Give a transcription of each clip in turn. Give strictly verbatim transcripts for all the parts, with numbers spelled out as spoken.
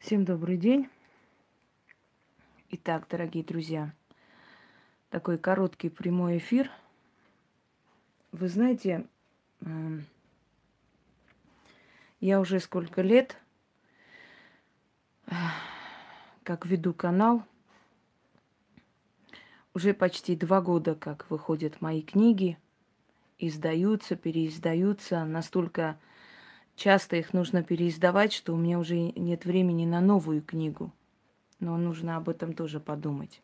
Всем добрый день. Итак, дорогие друзья, такой короткий прямой эфир. Вы знаете, м, я уже сколько лет как веду канал, уже почти два года, как выходят мои книги, издаются, переиздаются. Настолько часто их нужно переиздавать, что у меня уже нет времени на новую книгу. Но нужно об этом тоже подумать.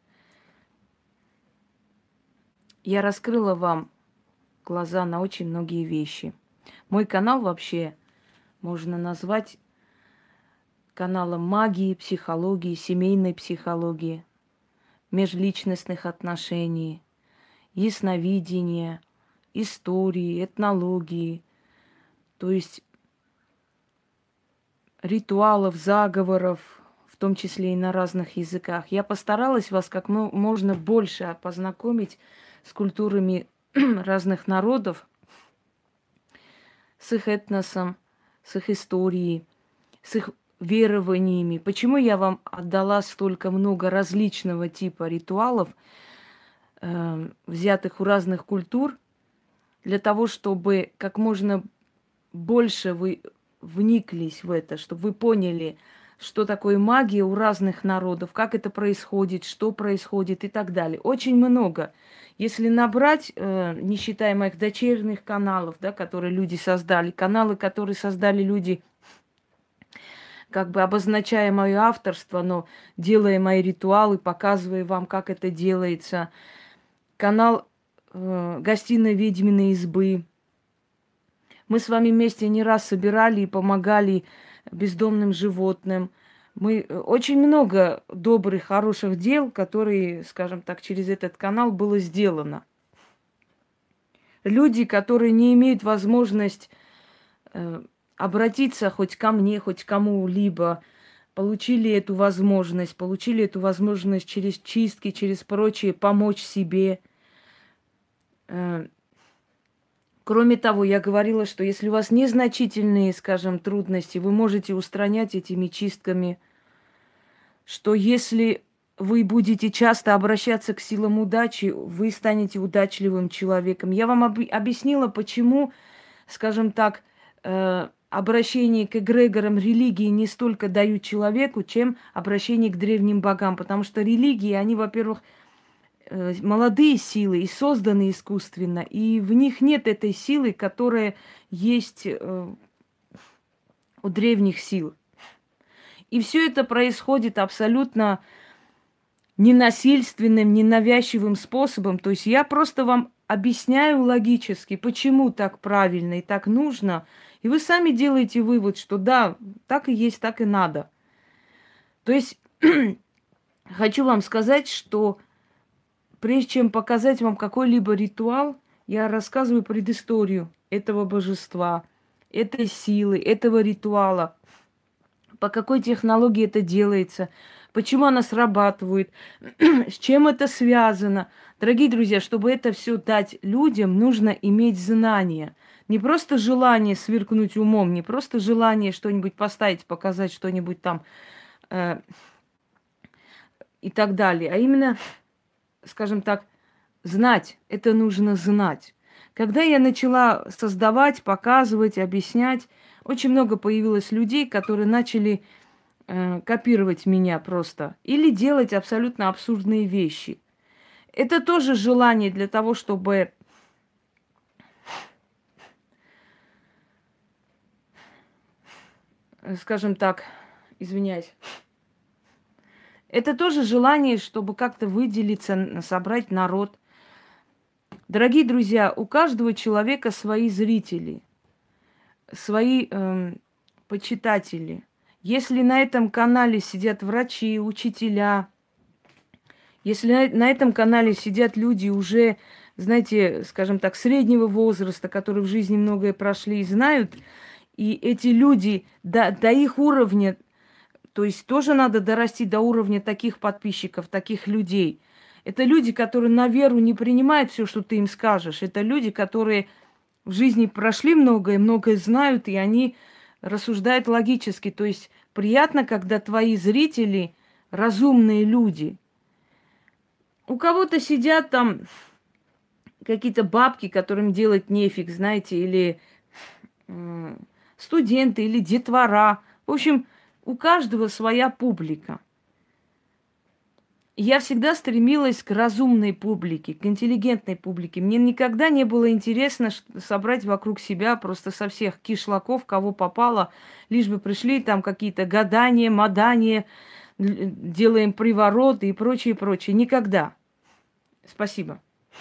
Я раскрыла вам глаза на очень многие вещи. Мой канал вообще можно назвать каналом магии, психологии, семейной психологии, межличностных отношений, ясновидения, истории, этнологии, то есть ритуалов, заговоров, в том числе и на разных языках. Я постаралась вас как можно больше познакомить с культурами разных народов, с их этносом, с их историей, с их верованиями. Почему я вам отдала столько много различного типа ритуалов, э, взятых у разных культур, для того, чтобы как можно больше вы вниклись в это, чтобы вы поняли, что такое магия у разных народов, как это происходит, что происходит и так далее. Очень много. Если набрать, э, не считая моих дочерних каналов, да, которые люди создали, каналы, которые создали люди, как бы обозначая мое авторство, но делая мои ритуалы, показывая вам, как это делается. Канал э, «Гостиная ведьминой избы». Мы с вами вместе не раз собирали и помогали бездомным животным. Мы очень много добрых, хороших дел, которые, скажем так, через этот канал было сделано. Люди, которые не имеют возможность э, обратиться хоть ко мне, хоть к кому-либо, получили эту возможность, получили эту возможность через чистки, через прочее помочь себе. Э, Кроме того, я говорила, что если у вас незначительные, скажем, трудности, вы можете устранять этими чистками, что если вы будете часто обращаться к силам удачи, вы станете удачливым человеком. Я вам об- объяснила, почему, скажем так, э, обращение к эгрегорам религии не столько дают человеку, чем обращение к древним богам. Потому что религии, они, во-первых, э, молодые силы и созданы искусственно, и в них нет этой силы, которая есть э, у древних сил. И все это происходит абсолютно ненасильственным, ненавязчивым способом. То есть я просто вам объясняю логически, почему так правильно и так нужно, и вы сами делаете вывод, что да, так и есть, так и надо. То есть хочу вам сказать, что прежде чем показать вам какой-либо ритуал, я рассказываю предысторию этого божества, этой силы, этого ритуала, по какой технологии это делается, почему она срабатывает, с чем это связано. Дорогие друзья, чтобы это все дать людям, нужно иметь знания. Не просто желание сверкнуть умом, не просто желание что-нибудь поставить, показать что-нибудь там э, и так далее, а именно, скажем так, знать. Это нужно знать. Когда я начала создавать, показывать, объяснять, очень много появилось людей, которые начали э, копировать меня просто или делать абсолютно абсурдные вещи. Это тоже желание для того, чтобы, э, скажем так, извиняюсь, это тоже желание, чтобы как-то выделиться, н- собрать народ. Дорогие друзья, у каждого человека свои зрители, свои эм, почитатели. Если на этом канале сидят врачи, учителя, если на, на этом канале сидят люди уже, знаете, скажем так, среднего возраста, которые в жизни многое прошли и знают, и эти люди до, до их уровня, то есть тоже надо дорасти до уровня таких подписчиков, таких людей. Это люди, которые на веру не принимают все, что ты им скажешь. Это люди, которые в жизни прошли многое, многое знают, и они рассуждает логически. То есть приятно, когда твои зрители разумные люди. У кого-то сидят там какие-то бабки, которым делать нефиг, знаете, или э, студенты, или детвора. В общем, у каждого своя публика. Я всегда стремилась к разумной публике, к интеллигентной публике. Мне никогда не было интересно собрать вокруг себя просто со всех кишлаков, кого попало, лишь бы пришли там какие-то гадания, мадания, делаем привороты и прочее, прочее. Никогда. Спасибо.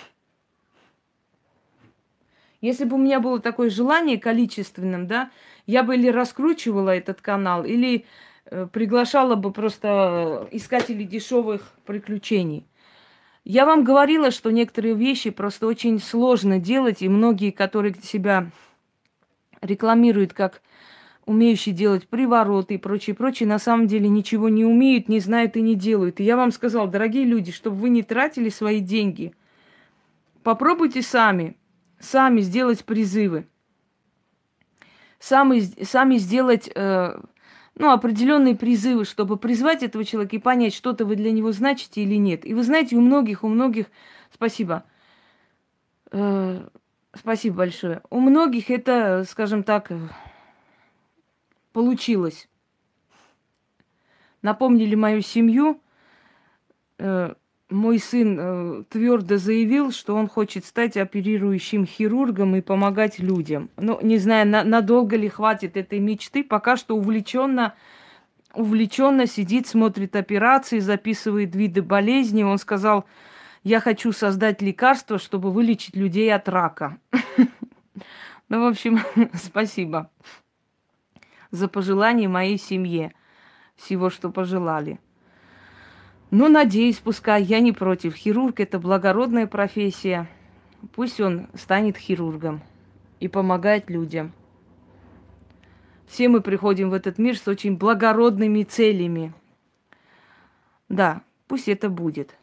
Если бы у меня было такое желание количественным, да, я бы или раскручивала этот канал, или приглашала бы просто искателей дешевых приключений. Я вам говорила, что некоторые вещи просто очень сложно делать, и многие, которые себя рекламируют как умеющие делать привороты и прочее, прочее, на самом деле ничего не умеют, не знают и не делают. И я вам сказала, дорогие люди, чтобы вы не тратили свои деньги, попробуйте сами, сами сделать призывы, сами, сами сделать... Э, ну, определенные призывы, чтобы призвать этого человека и понять, что-то вы для него значите или нет. И вы знаете, у многих, у многих, спасибо, э, спасибо большое, у многих это, скажем так, получилось. Напомнили мою семью. Э, мой сын э, твердо заявил, что он хочет стать оперирующим хирургом и помогать людям. Ну, не знаю, на, надолго ли хватит этой мечты. Пока что увлеченно, увлеченно сидит, смотрит операции, записывает виды болезней. Он сказал, я хочу создать лекарство, чтобы вылечить людей от рака. Ну, в общем, спасибо за пожелание моей семье. Всего, что пожелали. Ну, надеюсь, пускай, я не против. Хирург – это благородная профессия. Пусть он станет хирургом и помогает людям. Все мы приходим в этот мир с очень благородными целями. Да, пусть это будет.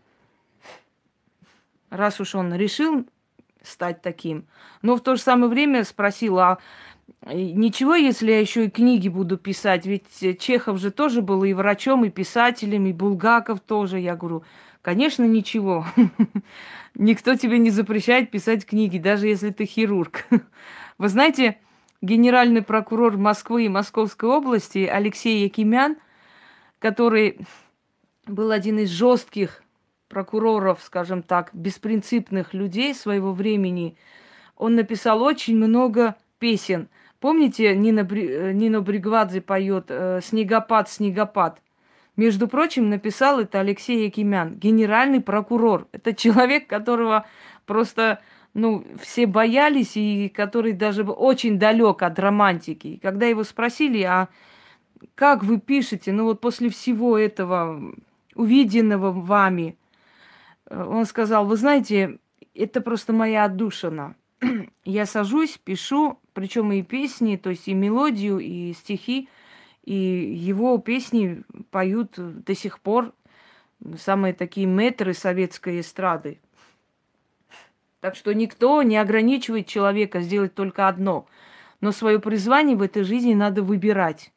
Раз уж он решил стать таким. Но в то же самое время спросил, а ничего, если я еще и книги буду писать? Ведь Чехов же тоже был и врачом, и писателем, и Булгаков тоже. Я говорю, конечно, ничего. Никто тебе не запрещает писать книги, даже если ты хирург. Вы знаете, генеральный прокурор Москвы и Московской области Алексей Якимян, который был один из жестких прокуроров, скажем так, беспринципных людей своего времени, он написал очень много песен. Помните, Нина, Бри... Нина Бригвадзе поет «Снегопад, снегопад». Между прочим, написал это Алексей Якимян, генеральный прокурор. Это человек, которого просто, ну, все боялись, и который даже очень далек от романтики. И когда его спросили, а как вы пишете, ну вот после всего этого увиденного вами, он сказал, вы знаете, это просто моя отдушина. Я сажусь, пишу, причем и песни, то есть и мелодию, и стихи, и его песни поют до сих пор самые такие мэтры советской эстрады. Так что никто не ограничивает человека сделать только одно. Но свое призвание в этой жизни надо выбирать.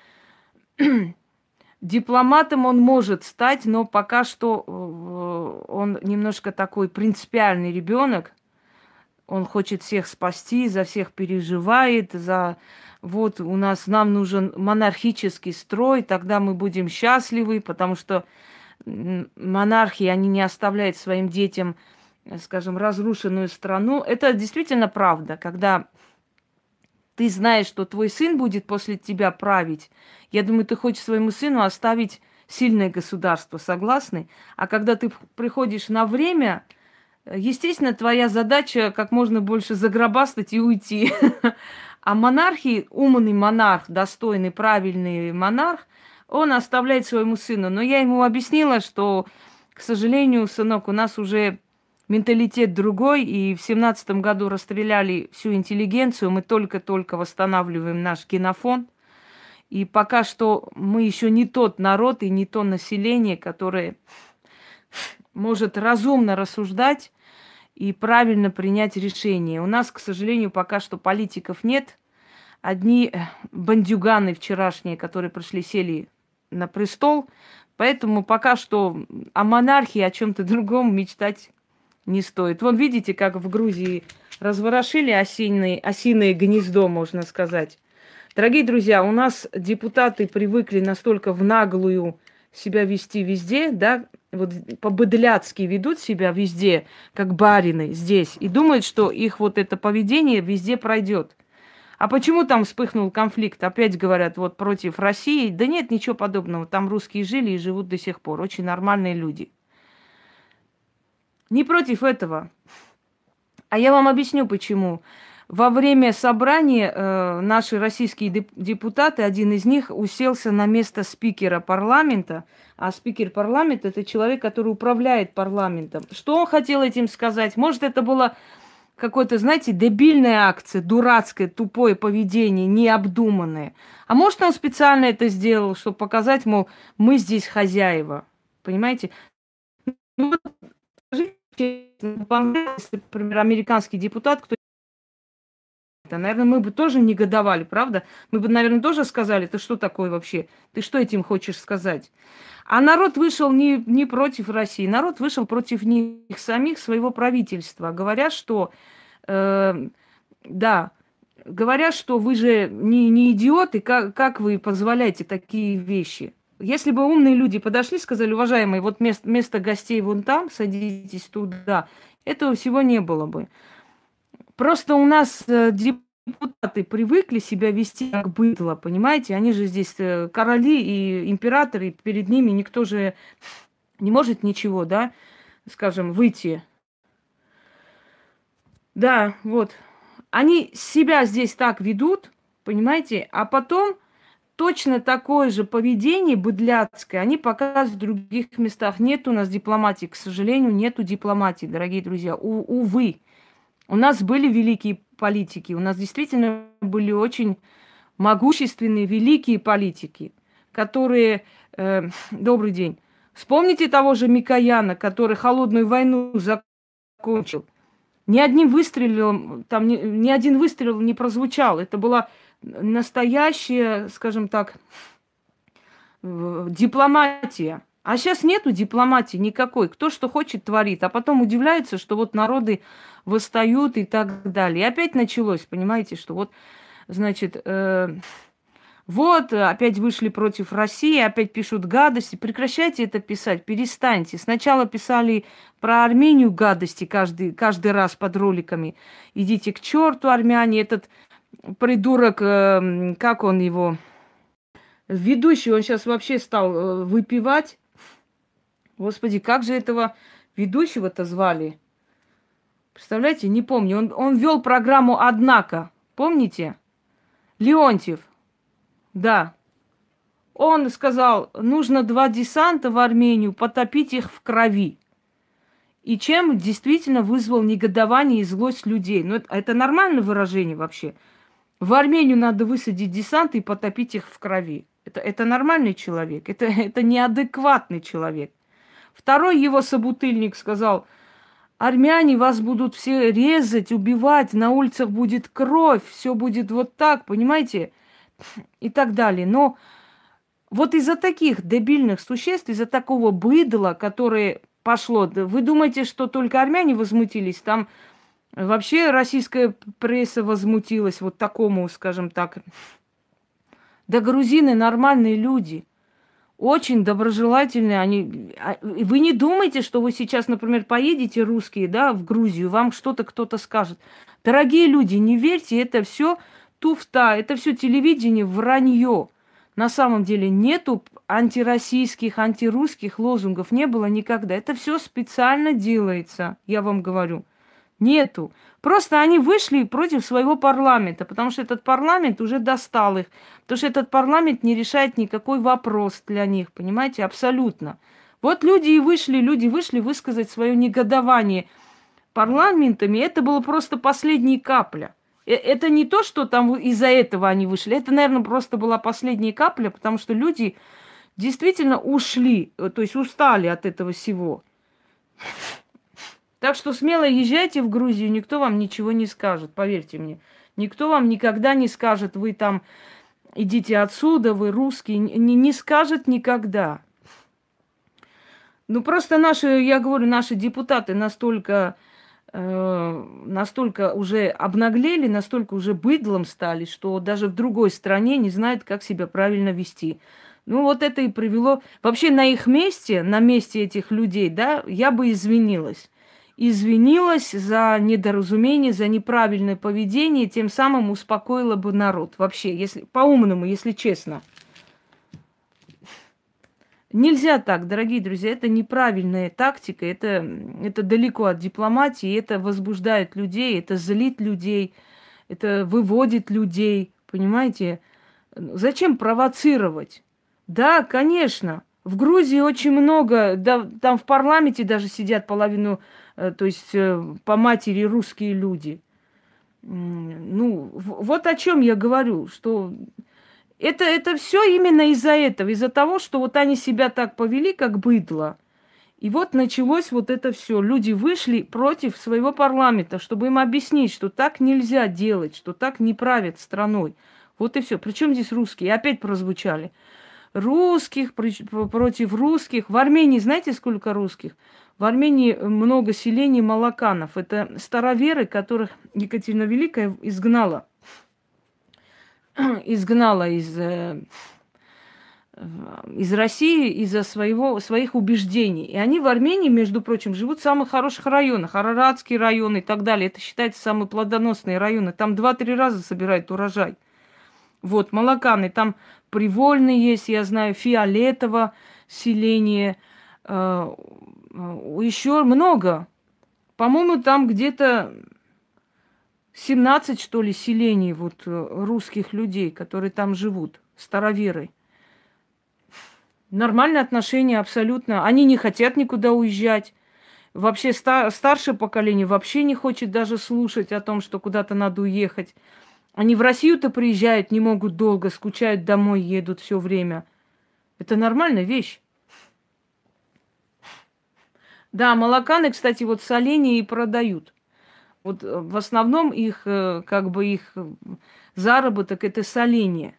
Дипломатом он может стать, но пока что он немножко такой принципиальный ребенок. Он хочет всех спасти, за всех переживает, за вот у нас нам нужен монархический строй, тогда мы будем счастливы, потому что монархи, они не оставляют своим детям, скажем, разрушенную страну. Это действительно правда, когда ты знаешь, что твой сын будет после тебя править. Я думаю, ты хочешь своему сыну оставить сильное государство, согласны? А когда ты приходишь на время, естественно, твоя задача как можно больше загробастать и уйти. А монархии, умный монарх, достойный, правильный монарх, он оставляет своему сыну. Но я ему объяснила, что, к сожалению, сынок, у нас уже менталитет другой, и в семнадцатом году расстреляли всю интеллигенцию, мы только-только восстанавливаем наш генофонд. И пока что мы еще не тот народ и не то население, которое может разумно рассуждать и правильно принять решение. У нас, к сожалению, пока что политиков нет, одни бандюганы вчерашние, которые пришли, сели на престол. Поэтому пока что о монархии, о чем-то другом мечтать не стоит. Вон, видите, как в Грузии разворошили осиное, осиное гнездо, можно сказать. Дорогие друзья, у нас депутаты привыкли настолько в наглую себя вести везде, да, вот по-быдляцки ведут себя везде, как барины здесь, и думают, что их вот это поведение везде пройдет. А почему там вспыхнул конфликт? Опять говорят, вот против России. Да нет, ничего подобного. Там русские жили и живут до сих пор. Очень нормальные люди. Не против этого. А я вам объясню, почему. Во время собрания э, наши российские деп- депутаты, один из них уселся на место спикера парламента. А спикер парламента – это человек, который управляет парламентом. Что он хотел этим сказать? Может, это было какое-то, знаете, дебильная акция, дурацкое, тупое поведение, необдуманное. А может, он специально это сделал, чтобы показать, мол, мы здесь хозяева. Понимаете? Ну, вот, скажите, например, американский депутат, кто... Наверное, мы бы тоже негодовали, правда? Мы бы, наверное, тоже сказали, ты что такое вообще? Ты что этим хочешь сказать? А народ вышел не, не против России, народ вышел против них самих, своего правительства, говоря, что, э, да, говоря, что вы же не, не идиоты, как, как вы позволяете такие вещи? Если бы умные люди подошли, сказали, уважаемые, вот место, место гостей вон там, садитесь туда, этого всего не было бы. Просто у нас э, депутаты привыкли себя вести как быдло, понимаете? Они же здесь э, короли и императоры, и перед ними никто же не может ничего, да, скажем, выйти. Да, вот. Они себя здесь так ведут, понимаете? А потом точно такое же поведение быдляцкое они показывают в других местах. Нет у нас дипломатии, к сожалению, нету дипломатии, дорогие друзья. У- увы. У нас были великие политики, у нас действительно были очень могущественные, великие политики, которые... Э, добрый день. Вспомните того же Микояна, который холодную войну закончил. Ни одним выстрелом, там ни, ни один выстрел не прозвучал. Это была настоящая, скажем так, дипломатия. А сейчас нету дипломатии никакой. Кто что хочет, творит. А потом удивляются, что вот народы восстают и так далее. И опять началось, понимаете, что вот, значит, э, вот опять вышли против России, опять пишут гадости. Прекращайте это писать, перестаньте. Сначала писали про Армению гадости каждый, каждый раз под роликами. Идите к черту, армяне. Этот придурок, э, как он его... Ведущий, он сейчас вообще стал э, выпивать. Господи, как же этого ведущего-то звали? Представляете, не помню. Он, он вел программу «Однако». Помните? Леонтьев. Да. Он сказал, нужно два десанта в Армению, потопить их в крови. И чем действительно вызвал негодование и злость людей. Ну, это, это нормальное выражение вообще. В Армению надо высадить десант и потопить их в крови. Это, это нормальный человек. Это, это неадекватный человек. Второй его собутыльник сказал, армяне вас будут все резать, убивать, на улицах будет кровь, все будет вот так, понимаете? И так далее. Но вот из-за таких дебильных существ, из-за такого быдла, которое пошло, вы думаете, что только армяне возмутились? Там вообще российская пресса возмутилась вот такому, скажем так. Да грузины нормальные люди. Очень доброжелательные они. Вы не думайте, что вы сейчас, например, поедете, русские, да, в Грузию, вам что-то кто-то скажет. Дорогие люди, не верьте, это все туфта, это все телевидение, вранье. На самом деле нету антироссийских, антирусских лозунгов, не было никогда. Это все специально делается, я вам говорю. Нету. Просто они вышли против своего парламента, потому что этот парламент уже достал их. Потому что этот парламент не решает никакой вопрос для них, понимаете, абсолютно. Вот люди и вышли, люди вышли высказать свое негодование парламентами. Это было просто последняя капля. Это не то, что там из-за этого они вышли. Это, наверное, просто была последняя капля, потому что люди действительно ушли, то есть устали от этого всего. Так что смело езжайте в Грузию, никто вам ничего не скажет, поверьте мне. Никто вам никогда не скажет, вы там идите отсюда, вы русские. Не, не скажет никогда. Ну, просто наши, я говорю, наши депутаты настолько, э, настолько уже обнаглели, настолько уже быдлом стали, что даже в другой стране не знают, как себя правильно вести. Ну, вот это и привело... Вообще, на их месте, на месте этих людей, да, я бы извинилась. Извинилась за недоразумение, за неправильное поведение, тем самым успокоила бы народ. Вообще, если по-умному, если честно. Нельзя так, дорогие друзья, это неправильная тактика, это, это далеко от дипломатии, это возбуждает людей, это злит людей, это выводит людей, понимаете? Зачем провоцировать? Да, конечно, в Грузии очень много, да, там в парламенте даже сидят половину, то есть по матери русские люди. Ну, вот о чем я говорю, что... Это, это все именно из-за этого, из-за того, что вот они себя так повели, как быдло. И вот началось вот это все. Люди вышли против своего парламента, чтобы им объяснить, что так нельзя делать, что так не правят страной. Вот и все. Причем здесь русские? И опять прозвучали. Русских против русских. В Армении знаете, сколько русских? В Армении много селений молоканов. Это староверы, которых Екатерина Великая изгнала. изгнала из, из России из-за своего, своих убеждений. И они в Армении, между прочим, живут в самых хороших районах. Араратский район и так далее. Это считается самые плодоносные районы. Там два-три раза собирают урожай. Вот, молоканы. Там Привольный есть, я знаю, Фиолетово селение. Э, еще много. По-моему, там где-то... семнадцать, что ли, селений вот русских людей, которые там живут, староверы. Нормальные отношения абсолютно. Они не хотят никуда уезжать. Вообще ста- старшее поколение вообще не хочет даже слушать о том, что куда-то надо уехать. Они в Россию-то приезжают, не могут долго, скучают домой, едут все время. Это нормальная вещь. Да, молоканы, кстати, вот соленья и продают. Вот в основном их, как бы их заработок – это соление.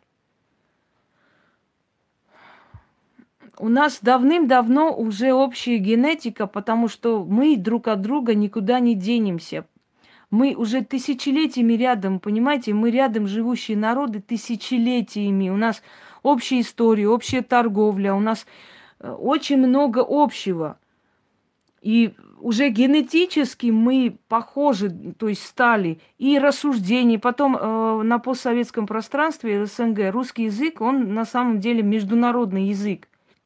У нас давным-давно уже общая генетика, потому что мы друг от друга никуда не денемся. Мы уже тысячелетиями рядом, понимаете, мы рядом живущие народы тысячелетиями. У нас общая история, общая торговля, у нас очень много общего. И уже генетически мы похожи, то есть стали, и рассуждения. Потом э, на постсоветском пространстве СНГ русский язык, он на самом деле международный язык.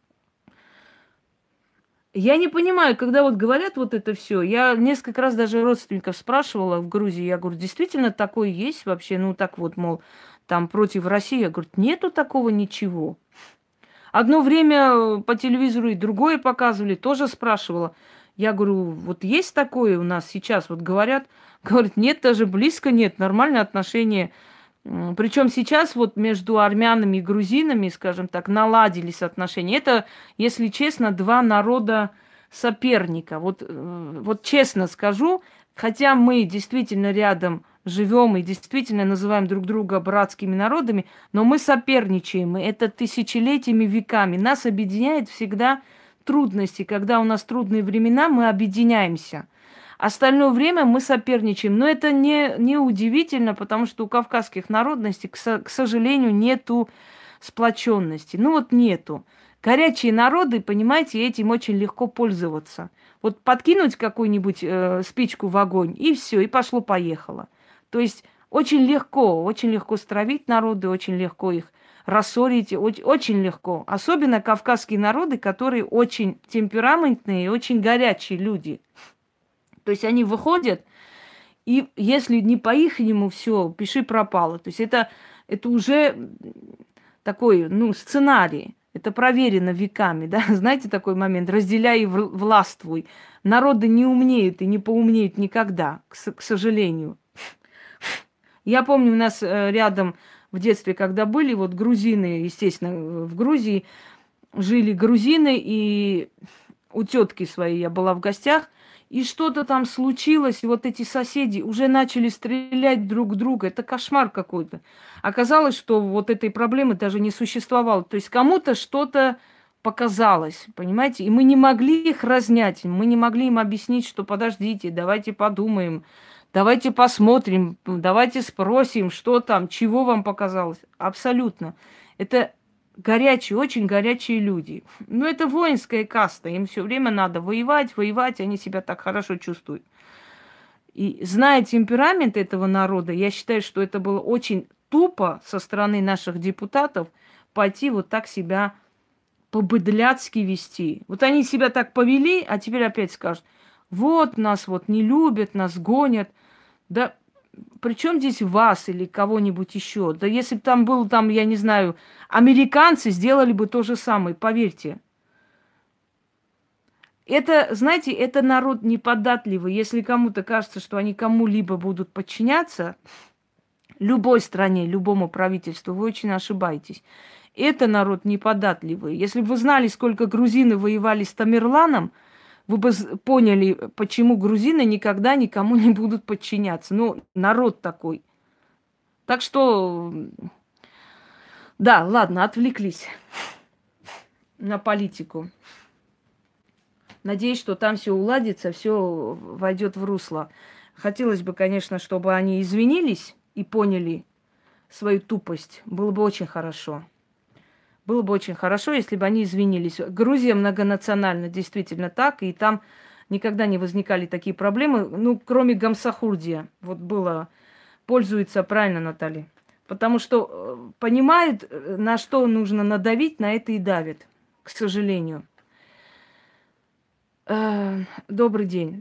Я не понимаю, когда вот говорят вот это все, я несколько раз даже родственников спрашивала в Грузии, я говорю, действительно такое есть вообще? Ну так вот, мол, там против России. Я говорю, нету такого ничего. Одно время по телевизору и другое показывали, тоже спрашивала. Я говорю, вот есть такое у нас сейчас, вот говорят, говорят, нет, даже близко нет, нормальные отношения. Причем сейчас вот между армянами и грузинами, скажем так, наладились отношения. Это, если честно, два народа соперника. Вот, вот честно скажу, хотя мы действительно рядом живем и действительно называем друг друга братскими народами, но мы соперничаем, и это тысячелетиями, веками. Нас объединяет всегда трудности. Когда у нас трудные времена, мы объединяемся. Остальное время мы соперничаем. Но это не, не удивительно, потому что у кавказских народностей, к, со, к сожалению, нету сплоченности. Ну вот нету. Горячие народы, понимаете, этим очень легко пользоваться. Вот подкинуть какую-нибудь э, спичку в огонь, и все, и пошло-поехало. То есть очень легко, очень легко стравить народы, очень легко их рассорить, очень, очень легко. Особенно кавказские народы, которые очень темпераментные и очень горячие люди. То есть они выходят, и если не по-ихнему, все, пиши пропало. То есть это, это уже такой, ну, сценарий. Это проверено веками, да. Знаете такой момент? Разделяй и властвуй. Народы не умнеют и не поумнеют никогда, к, к сожалению. Я помню, у нас рядом в детстве, когда были вот грузины, естественно, в Грузии жили грузины, и у тетки своей я была в гостях, и что-то там случилось, и вот эти соседи уже начали стрелять друг в друга. Это кошмар какой-то. Оказалось, что вот этой проблемы даже не существовало. То есть кому-то что-то показалось, понимаете? И мы не могли их разнять, мы не могли им объяснить, что подождите, давайте подумаем, давайте посмотрим, давайте спросим, что там, чего вам показалось. Абсолютно. Это горячие, очень горячие люди. Но это воинская каста. Им все время надо воевать, воевать. Они себя так хорошо чувствуют. И зная темперамент этого народа, я считаю, что это было очень тупо со стороны наших депутатов пойти вот так себя по-быдляцки вести. Вот они себя так повели, а теперь опять скажут, вот нас вот не любят, нас гонят. Да при чем здесь вас или кого-нибудь еще? Да если бы там был, там, я не знаю, американцы сделали бы то же самое, поверьте. Это, знаете, это народ неподатливый. Если кому-то кажется, что они кому-либо будут подчиняться, любой стране, любому правительству, вы очень ошибаетесь. Это народ неподатливый. Если бы вы знали, сколько грузины воевали с Тамерланом, вы бы поняли, почему грузины никогда никому не будут подчиняться. Ну, народ такой. Так что, да, ладно, отвлеклись на политику. Надеюсь, что там все уладится, все войдет в русло. Хотелось бы, конечно, чтобы они извинились и поняли свою тупость. Было бы очень хорошо. Было бы очень хорошо, если бы они извинились. Грузия многонациональна, действительно так, и там никогда не возникали такие проблемы, ну, кроме Гамсахурдия. Вот было, пользуется правильно, Наталья. Потому что понимают, на что нужно надавить, на это и давят, к сожалению. Добрый день.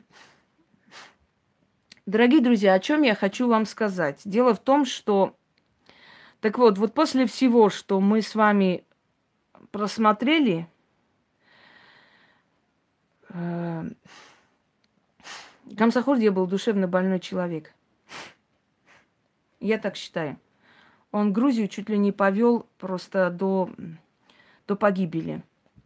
Дорогие друзья, о чем я хочу вам сказать? Дело в том, что... Так вот, вот после всего, что мы с вами просмотрели, э, Гамсахурдия был душевно больной человек. Я так считаю. Он Грузию чуть ли не повел просто до, до погибели.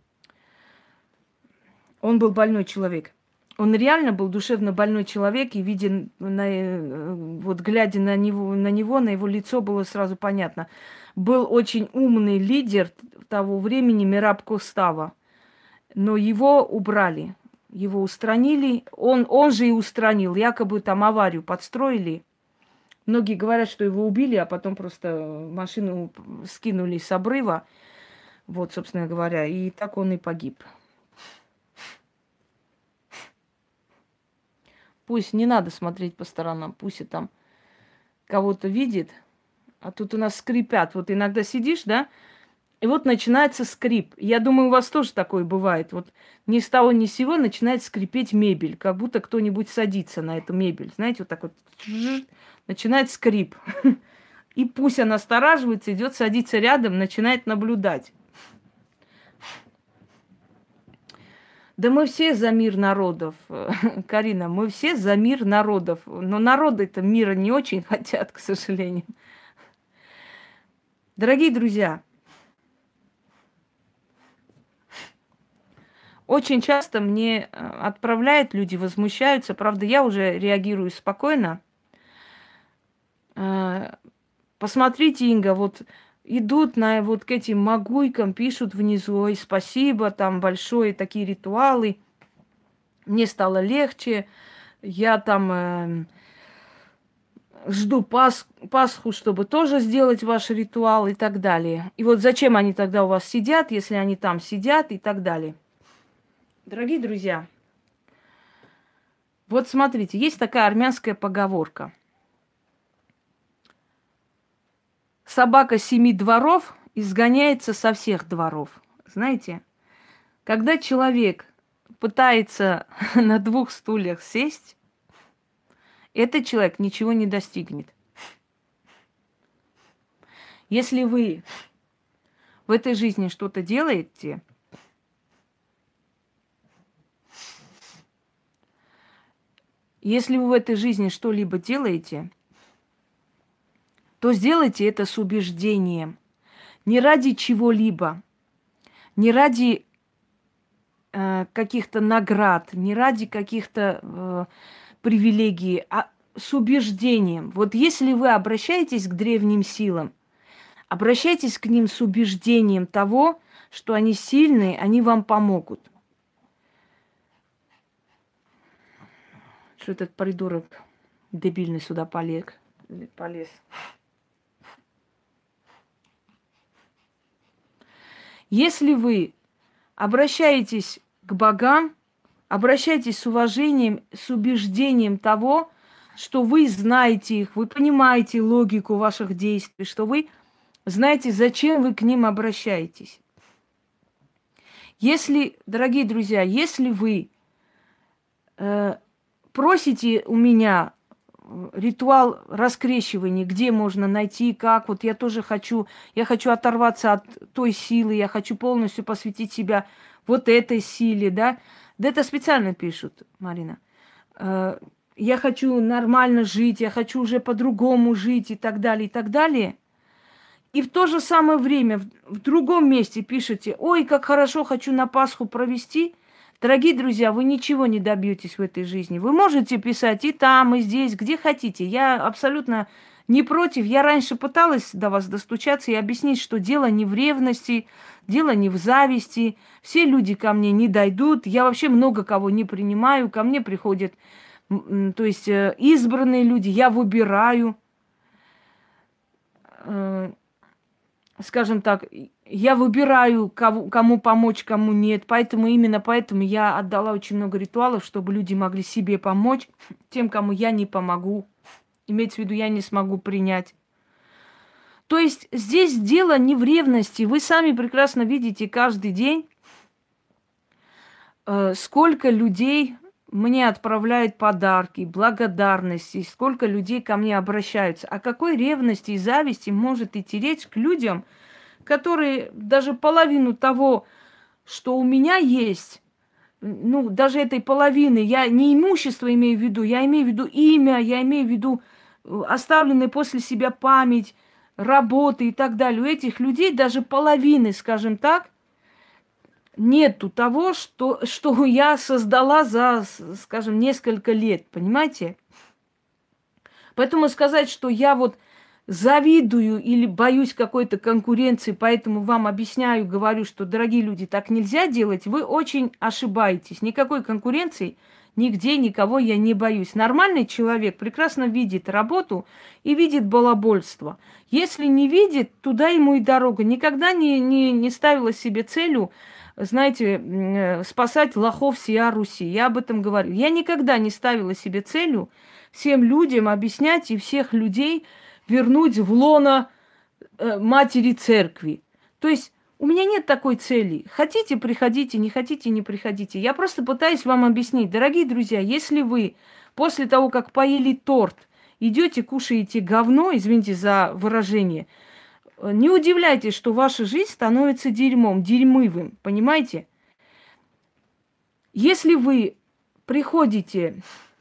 Он был больной человек. Он реально был душевно больной человек, и видя, на, вот глядя на него, на него, на его лицо, было сразу понятно. Был очень умный лидер того времени Мираб Костава, но его убрали, его устранили. Он, он же и устранил, якобы там аварию подстроили. Многие говорят, что его убили, а потом просто машину скинули с обрыва. Вот, собственно говоря, и так он и погиб. Пусть не надо смотреть по сторонам, пусть и там кого-то видит. А тут у нас скрипят. Вот иногда сидишь, да, и вот начинается скрип. Я думаю, у вас тоже такое бывает. Вот ни с того ни с сего начинает скрипеть мебель, как будто кто-нибудь садится на эту мебель. Знаете, вот так вот начинает скрип. И пусть она настораживается, идет садиться рядом, начинает наблюдать. Да мы все за мир народов, Карина, мы все за мир народов. Но народы-то мира не очень хотят, к сожалению. Дорогие друзья, очень часто мне отправляют люди, возмущаются. Правда, я уже реагирую спокойно. Посмотрите, Инга, вот идут на вот к этим могуйкам, пишут внизу, ой, спасибо, там большое, такие ритуалы. Мне стало легче. Я там э, жду Пас, Пасху, чтобы тоже сделать ваш ритуал и так далее. И вот зачем они тогда у вас сидят, если они там сидят и так далее. Дорогие друзья, вот смотрите, есть такая армянская поговорка. Собака семи дворов изгоняется со всех дворов. Знаете, когда человек пытается на двух стульях сесть, этот человек ничего не достигнет. Если вы в этой жизни что-то делаете, если вы в этой жизни что-либо делаете, то сделайте это с убеждением. Не ради чего-либо, не ради э, каких-то наград, не ради каких-то э, привилегий, а с убеждением. Вот если вы обращаетесь к древним силам, обращайтесь к ним с убеждением того, что они сильные, они вам помогут. Что этот придурок дебильный сюда полез. полез. Если вы обращаетесь к богам, обращайтесь с уважением, с убеждением того, что вы знаете их, вы понимаете логику ваших действий, что вы знаете, зачем вы к ним обращаетесь. Если, дорогие друзья, если вы э, просите у меня ритуал раскрещивания, где можно найти, как, вот я тоже хочу, я хочу оторваться от той силы, я хочу полностью посвятить себя вот этой силе, да. Да это специально пишут, Марина. Э, я хочу нормально жить, я хочу уже по-другому жить и так далее, и так далее. И в то же самое время в, в другом месте пишете: ой, как хорошо, хочу на Пасху провести. Дорогие друзья, вы ничего не добьетесь в этой жизни. Вы можете писать и там, и здесь, где хотите. Я абсолютно не против. Я раньше пыталась до вас достучаться и объяснить, что дело не в ревности, дело не в зависти. Все люди ко мне не дойдут. Я вообще много кого не принимаю. Ко мне приходят, то есть избранные люди. Я выбираю, скажем так, я выбираю, кого, кому помочь, кому нет. Поэтому именно поэтому я отдала очень много ритуалов, чтобы люди могли себе помочь, тем, кому я не помогу. Имеется в виду, я не смогу принять. То есть здесь дело не в ревности. Вы сами прекрасно видите каждый день, э, сколько людей мне отправляют подарки, благодарности, сколько людей ко мне обращаются. О какой ревности и зависти может идти речь к людям, которые даже половину того, что у меня есть, ну, даже этой половины, я не имущество имею в виду, я имею в виду имя, я имею в виду оставленную после себя память, работы и так далее. У этих людей даже половины, скажем так, нету того, что, что я создала за, скажем, несколько лет, понимаете? Поэтому сказать, что я вот завидую или боюсь какой-то конкуренции, поэтому вам объясняю, говорю, что, дорогие люди, так нельзя делать, вы очень ошибаетесь. Никакой конкуренции нигде никого я не боюсь. Нормальный человек прекрасно видит работу и видит балабольство. Если не видит, туда ему и дорога. Никогда не, не, не ставила себе целью, знаете, спасать лохов сия Руси. Я об этом говорю. Я никогда не ставила себе целью всем людям объяснять и всех людей вернуть в лоно э, матери церкви. То есть у меня нет такой цели. Хотите, приходите, не хотите, не приходите. Я просто пытаюсь вам объяснить. Дорогие друзья, если вы после того, как поели торт, идете, кушаете говно, извините за выражение, не удивляйтесь, что ваша жизнь становится дерьмом, дерьмывым, понимаете? Если вы приходите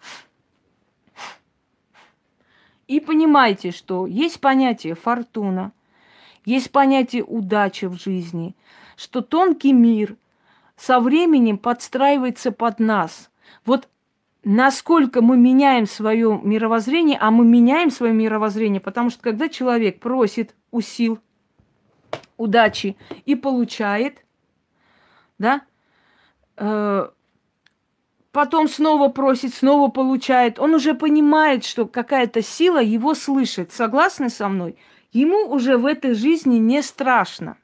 и понимаете, что есть понятие фортуна, есть понятие удачи в жизни, что тонкий мир со временем подстраивается под нас. Вот насколько мы меняем свое мировоззрение, а мы меняем свое мировоззрение, потому что когда человек просит у сил удачи и получает, да, э, потом снова просит, снова получает, он уже понимает, что какая-то сила его слышит. Согласны со мной? Ему уже в этой жизни не страшно.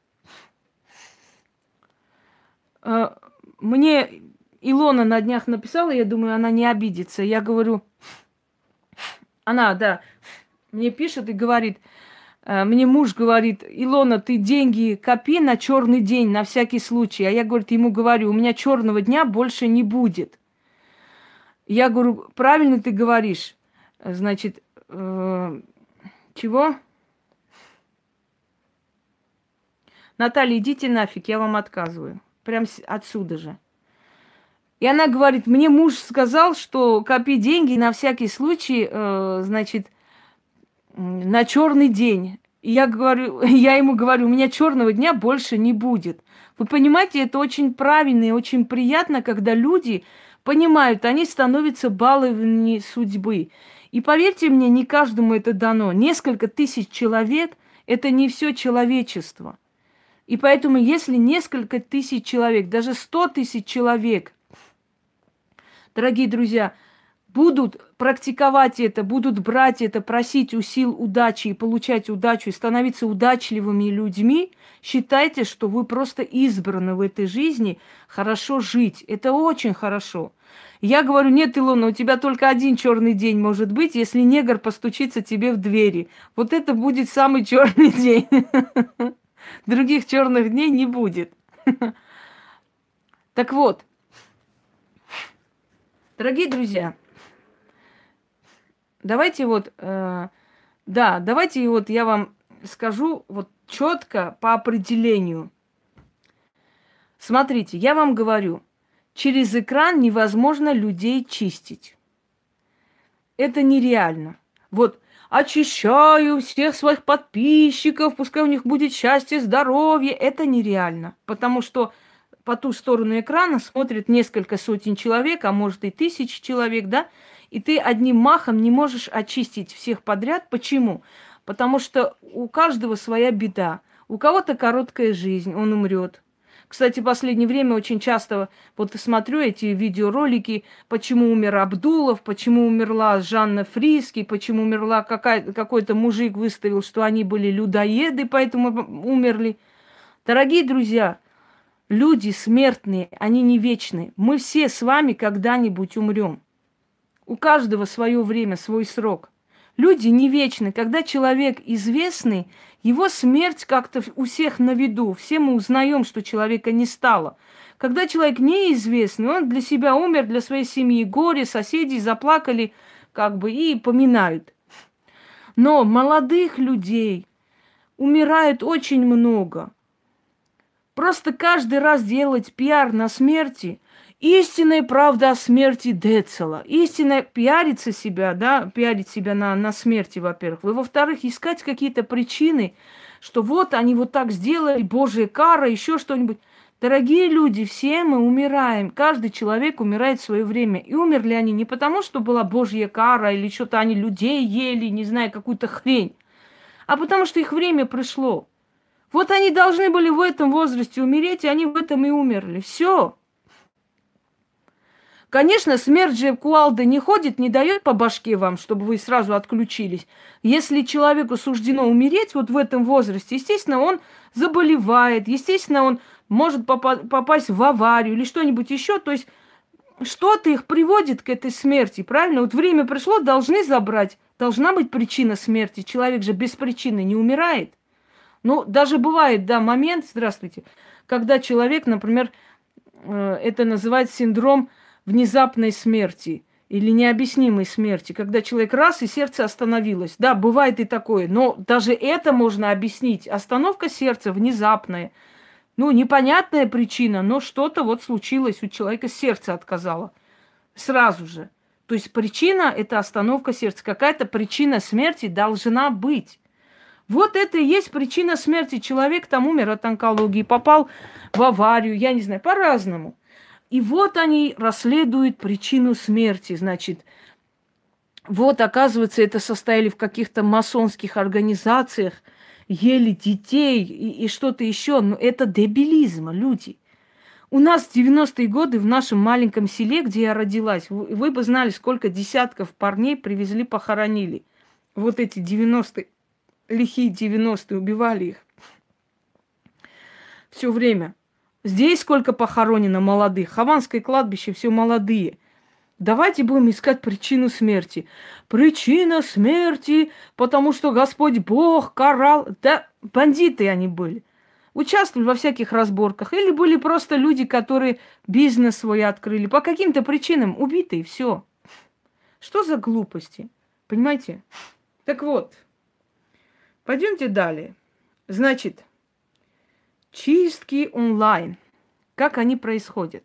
Э, мне Илона на днях написала, я думаю, она не обидится. Я говорю, она, да, мне пишет и говорит, мне муж говорит: Илона, ты деньги копи на черный день, на всякий случай. А я, говорит, ему говорю, у меня черного дня больше не будет. Я говорю, правильно ты говоришь. Значит, э, чего? Наталья, идите нафиг, я вам отказываю. Прям отсюда же. И она говорит, мне муж сказал, что копи деньги на всякий случай, э, значит, на черный день. И я говорю, я ему говорю, у меня черного дня больше не будет. Вы понимаете, это очень правильно и очень приятно, когда люди понимают, они становятся баловни судьбы. И поверьте мне, не каждому это дано. Несколько тысяч человек – это не все человечество. И поэтому, если несколько тысяч человек, даже сто тысяч человек, дорогие друзья, будут практиковать это, будут брать это, просить у сил удачи и получать удачу, и становиться удачливыми людьми, считайте, что вы просто избраны в этой жизни хорошо жить. Это очень хорошо. Я говорю, нет, Илона, у тебя только один черный день может быть, если негр постучится тебе в двери. Вот это будет самый черный день. Других черных дней не будет. Так вот, дорогие друзья, давайте вот, э, да, давайте вот я вам скажу вот четко по определению. Смотрите, я вам говорю, через экран невозможно людей чистить. Это нереально. Вот очищаю всех своих подписчиков, пускай у них будет счастье, здоровье. Это нереально, потому что по ту сторону экрана смотрит несколько сотен человек, а может и тысяч человек, да? И ты одним махом не можешь очистить всех подряд. Почему? Потому что у каждого своя беда. У кого-то короткая жизнь, он умрет. Кстати, в последнее время очень часто вот смотрю эти видеоролики, почему умер Абдулов, почему умерла Жанна Фриски, почему умерла какая- какой-то мужик выставил, что они были людоеды, поэтому умерли. Дорогие друзья, люди смертные, они не вечные. Мы все с вами когда-нибудь умрем. У каждого свое время, свой срок. Люди не вечны. Когда человек известный, его смерть как-то у всех на виду. Все мы узнаем, что человека не стало. Когда человек неизвестный, он для себя умер, для своей семьи горе, соседи заплакали, как бы, и поминают. Но молодых людей умирает очень много. Просто каждый раз делать пиар на смерти. Истинная правда о смерти Децела. Истинная пиариться себя, да, пиарить себя на, на смерти, во-первых. И, во-вторых, искать какие-то причины, что вот они вот так сделали, Божья кара, еще что-нибудь. Дорогие люди, все мы умираем. Каждый человек умирает в свое время. И умерли они не потому, что была Божья кара, или что-то они людей ели, не знаю, какую-то хрень, а потому что их время пришло. Вот они должны были в этом возрасте умереть, и они в этом и умерли. Все. Конечно, смерть же кувалды не ходит, не дает по башке вам, чтобы вы сразу отключились. Если человеку суждено умереть вот в этом возрасте, естественно, он заболевает, естественно, он может попа- попасть в аварию или что-нибудь еще. То есть что-то их приводит к этой смерти, правильно? Вот время пришло, должны забрать. Должна быть причина смерти. Человек же без причины не умирает. Ну, даже бывает, да, момент, здравствуйте, когда человек, например, э, это называется синдром внезапной смерти или необъяснимой смерти, когда человек раз и сердце остановилось. Да, бывает и такое, но даже это можно объяснить. Остановка сердца внезапная. Ну, непонятная причина, но что-то вот случилось, у человека сердце отказало. Сразу же. То есть причина – это остановка сердца. Какая-то причина смерти должна быть. Вот это и есть причина смерти. Человек там умер от онкологии, попал в аварию, я не знаю, по-разному. И вот они расследуют причину смерти. Значит, вот, оказывается, это состояли в каких-то масонских организациях, ели детей и, и что-то еще. Но это дебилизм, люди. У нас в девяностые годы в нашем маленьком селе, где я родилась, вы, вы бы знали, сколько десятков парней привезли, похоронили. Вот эти девяностые, лихие девяностые, убивали их. Все время. Здесь сколько похоронено молодых. Хованское кладбище, все молодые. Давайте будем искать причину смерти. Причина смерти, потому что Господь Бог карал. Да, бандиты они были. Участвовали во всяких разборках. Или были просто люди, которые бизнес свой открыли. По каким-то причинам убитые, все. Что за глупости? Понимаете? Так вот, пойдемте далее. Значит, чистки онлайн. Как они происходят?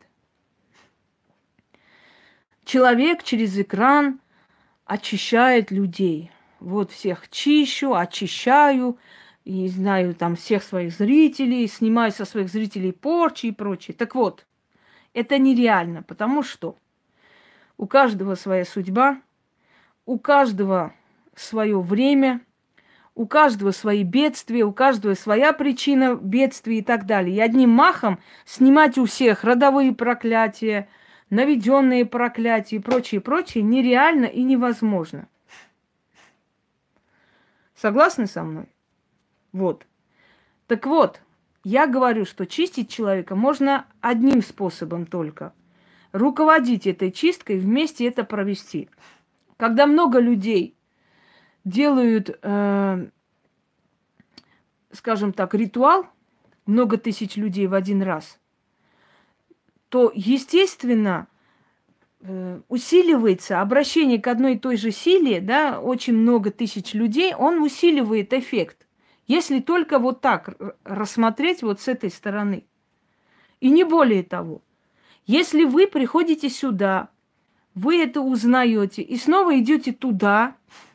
Человек через экран очищает людей. Вот всех чищу, очищаю. и знаю там всех своих зрителей, снимаю со своих зрителей порчи и прочее. Так вот, это нереально, потому что у каждого своя судьба, у каждого свое время, у каждого свои бедствия, у каждого своя причина бедствий и так далее. И одним махом снимать у всех родовые проклятия, наведенные проклятия и прочее, прочее нереально и невозможно. Согласны со мной? Вот. Так вот, я говорю, что чистить человека можно одним способом только. Руководить этой чисткой, вместе это провести. Когда много людей делают, э, скажем так, ритуал, много тысяч людей в один раз, то, естественно, э, усиливается обращение к одной и той же силе, да, очень много тысяч людей, он усиливает эффект. Если только вот так рассмотреть вот с этой стороны. И не более того. Если вы приходите сюда, вы это узнаете, и снова идете туда,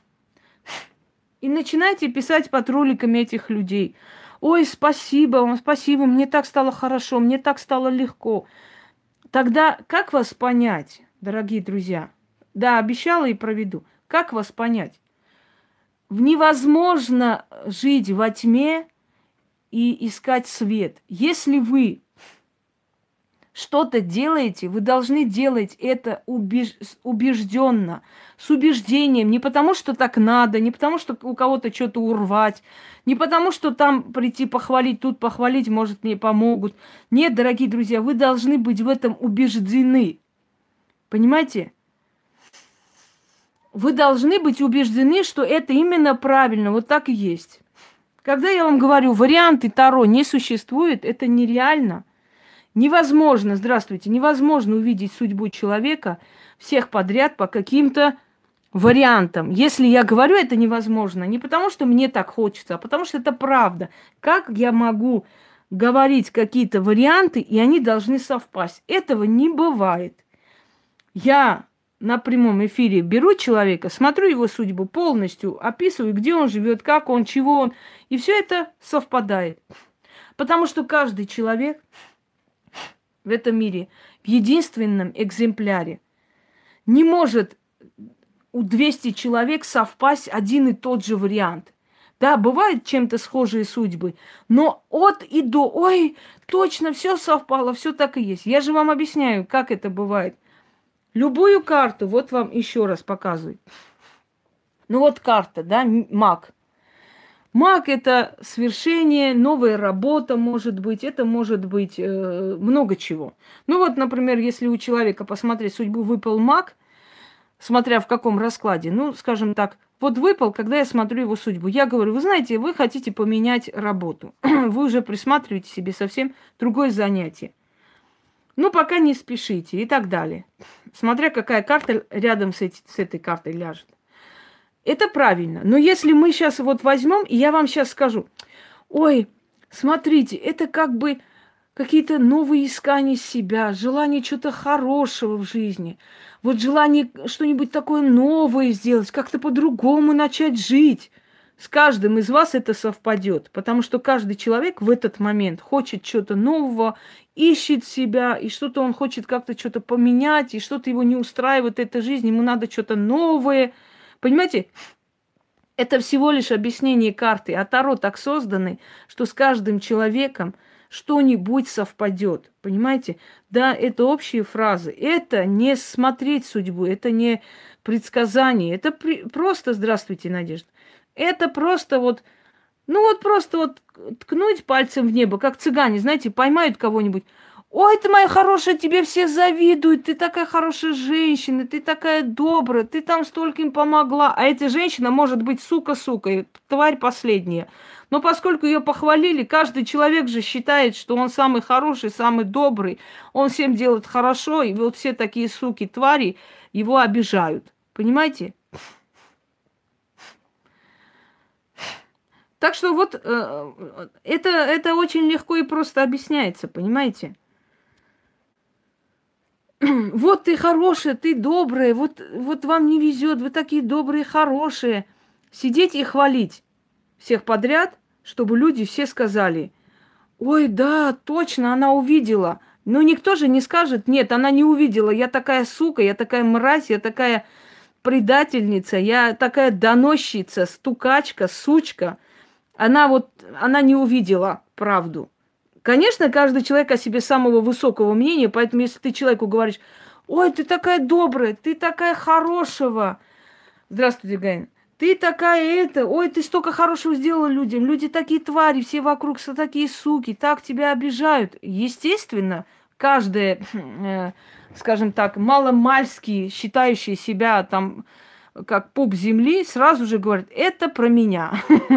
и начинаете писать под роликами этих людей. Ой, спасибо вам, спасибо, мне так стало хорошо, мне так стало легко. Тогда как вас понять, дорогие друзья? Да, обещала и проведу. Как вас понять? Невозможно жить во тьме и искать свет. Если вы что-то делаете, вы должны делать это убеж... убежденно, с убеждением, не потому что так надо, не потому что у кого-то что-то урвать, не потому что там прийти похвалить, тут похвалить, может, мне помогут. Нет, дорогие друзья, вы должны быть в этом убеждены. Понимаете? Вы должны быть убеждены, что это именно правильно, вот так и есть. Когда я вам говорю, варианты Таро не существует, это нереально. Невозможно, здравствуйте, невозможно увидеть судьбу человека всех подряд по каким-то вариантам. Если я говорю, это невозможно, не потому что мне так хочется, а потому что это правда. Как я могу говорить какие-то варианты, и они должны совпасть? Этого не бывает. Я на прямом эфире беру человека, смотрю его судьбу полностью, описываю, где он живет, как он, чего он, и все это совпадает. Потому что каждый человек в этом мире в единственном экземпляре не может у двухсот человек совпасть один и тот же вариант. Да, бывают чем-то схожие судьбы, но от и до, ой, точно все совпало, все так и есть. Я же вам объясняю, как это бывает. Любую карту, вот вам еще раз показываю. Ну вот карта, да, маг. Маг – это свершение, новая работа, может быть, это может быть э, много чего. Ну вот, например, если у человека посмотреть судьбу, выпал маг, смотря в каком раскладе, ну, скажем так, вот выпал, когда я смотрю его судьбу. Я говорю, вы знаете, вы хотите поменять работу. Вы уже присматриваете себе совсем другое занятие. Ну, пока не спешите и так далее. Смотря какая карта рядом с, эти, с этой картой ляжет. Это правильно. Но если мы сейчас вот возьмем, и я вам сейчас скажу, ой, смотрите, это как бы какие-то новые искания себя, желание чего-то хорошего в жизни, вот желание что-нибудь такое новое сделать, как-то по-другому начать жить. С каждым из вас это совпадет, потому что каждый человек в этот момент хочет чего-то нового, ищет себя, и что-то он хочет как-то что-то поменять, и что-то его не устраивает эта жизнь, ему надо что-то новое. Понимаете, это всего лишь объяснение карты, а Таро так созданы, что с каждым человеком что-нибудь совпадет. Понимаете? Да, это общие фразы. Это не смотреть судьбу, это не предсказание. Это при... просто, здравствуйте, Надежда. Это просто вот, ну вот просто вот ткнуть пальцем в небо, как цыгане, знаете, поймают кого-нибудь. Ой, ты моя хорошая, тебе все завидуют, ты такая хорошая женщина, ты такая добрая, ты там стольким помогла. А эта женщина может быть сука-сука, тварь последняя. Но поскольку ее похвалили, каждый человек же считает, что он самый хороший, самый добрый, он всем делает хорошо, и вот все такие суки-твари его обижают. Понимаете? Так что вот э, это, это очень легко и просто объясняется, понимаете? Вот ты хорошая, ты добрая, вот, вот вам не везет, вы такие добрые, хорошие. Сидеть и хвалить всех подряд, чтобы люди все сказали: ой, да, точно, она увидела. Но никто же не скажет: нет, она не увидела, я такая сука, я такая мразь, я такая предательница, я такая доносчица, стукачка, сучка. Она вот, она не увидела правду. Конечно, каждый человек о себе самого высокого мнения, поэтому если ты человеку говоришь: ой, ты такая добрая, ты такая хорошего. Здравствуйте, Гаин. Ты такая это, ой, ты столько хорошего сделала людям, люди такие твари, все вокруг все такие суки, так тебя обижают. Естественно, каждая, э, скажем так, маломальски считающая себя там как пуп земли, сразу же говорит: это про меня.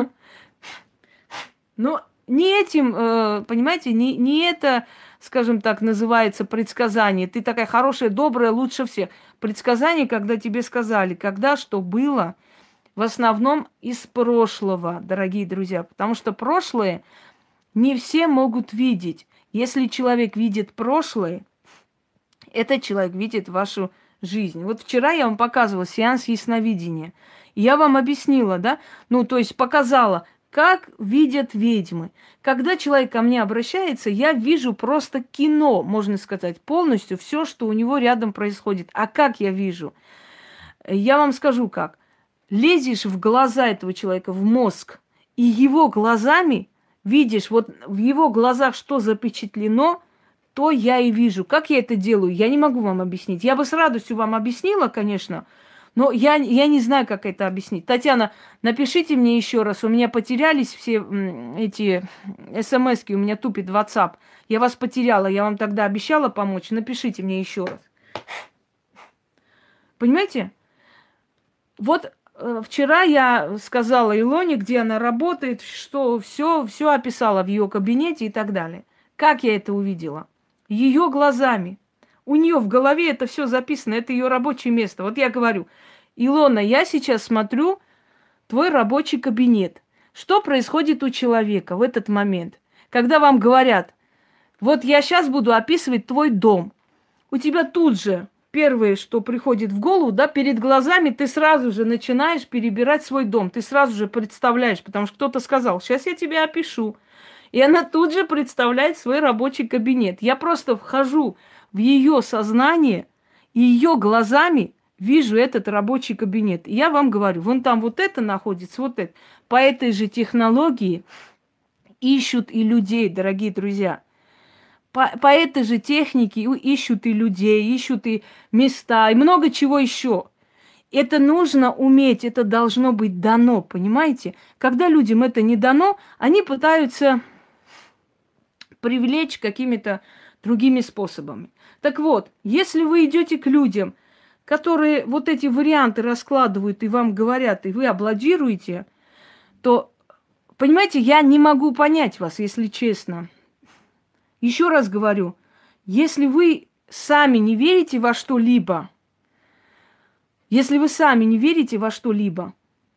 Но не этим, э, понимаете, не, не это, скажем так, называется предсказание. Ты такая хорошая, добрая, лучше всех. Предсказание, когда тебе сказали, когда что было, в основном из прошлого, дорогие друзья. Потому что прошлое не все могут видеть. Если человек видит прошлое, этот человек видит вашу жизнь. Вот вчера я вам показывала сеанс ясновидения. И я вам объяснила, да? Ну, то есть показала, как видят ведьмы. Когда человек ко мне обращается, я вижу просто кино, можно сказать, полностью все, что у него рядом происходит. А как я вижу? Я вам скажу как. Лезешь в глаза этого человека, в мозг, и его глазами видишь, вот в его глазах что запечатлено, то я и вижу. Как я это делаю, я не могу вам объяснить. Я бы с радостью вам объяснила, конечно, но я, я не знаю, как это объяснить. Татьяна, напишите мне еще раз. У меня потерялись все эти смски, у меня тупит WhatsApp. Я вас потеряла, я вам тогда обещала помочь. Напишите мне еще раз. Понимаете? Вот э, вчера я сказала Илоне, где она работает, что все, все описала в ее кабинете и так далее. Как я это увидела? Ее глазами. У нее в голове это все записано, это ее рабочее место. Вот я говорю: Илона, я сейчас смотрю твой рабочий кабинет. Что происходит у человека в этот момент? Когда вам говорят: вот я сейчас буду описывать твой дом. У тебя тут же первое, что приходит в голову, да, перед глазами ты сразу же начинаешь перебирать свой дом. Ты сразу же представляешь, потому что кто-то сказал: сейчас я тебя опишу. И она тут же представляет свой рабочий кабинет. Я просто вхожу в ее сознание и ее глазами вижу этот рабочий кабинет. И я вам говорю, вон там вот это находится, вот это. По этой же технологии ищут и людей, дорогие друзья. По, по этой же технике ищут и людей, ищут и места, и много чего еще. Это нужно уметь, это должно быть дано, понимаете? Когда людям это не дано, они пытаются привлечь какими-то другими способами. Так вот, если вы идете к людям, которые вот эти варианты раскладывают и вам говорят, и вы аплодируете, то, понимаете, я не могу понять вас, если честно. Еще раз говорю, если вы сами не верите во что-либо, если вы сами не верите во что-либо,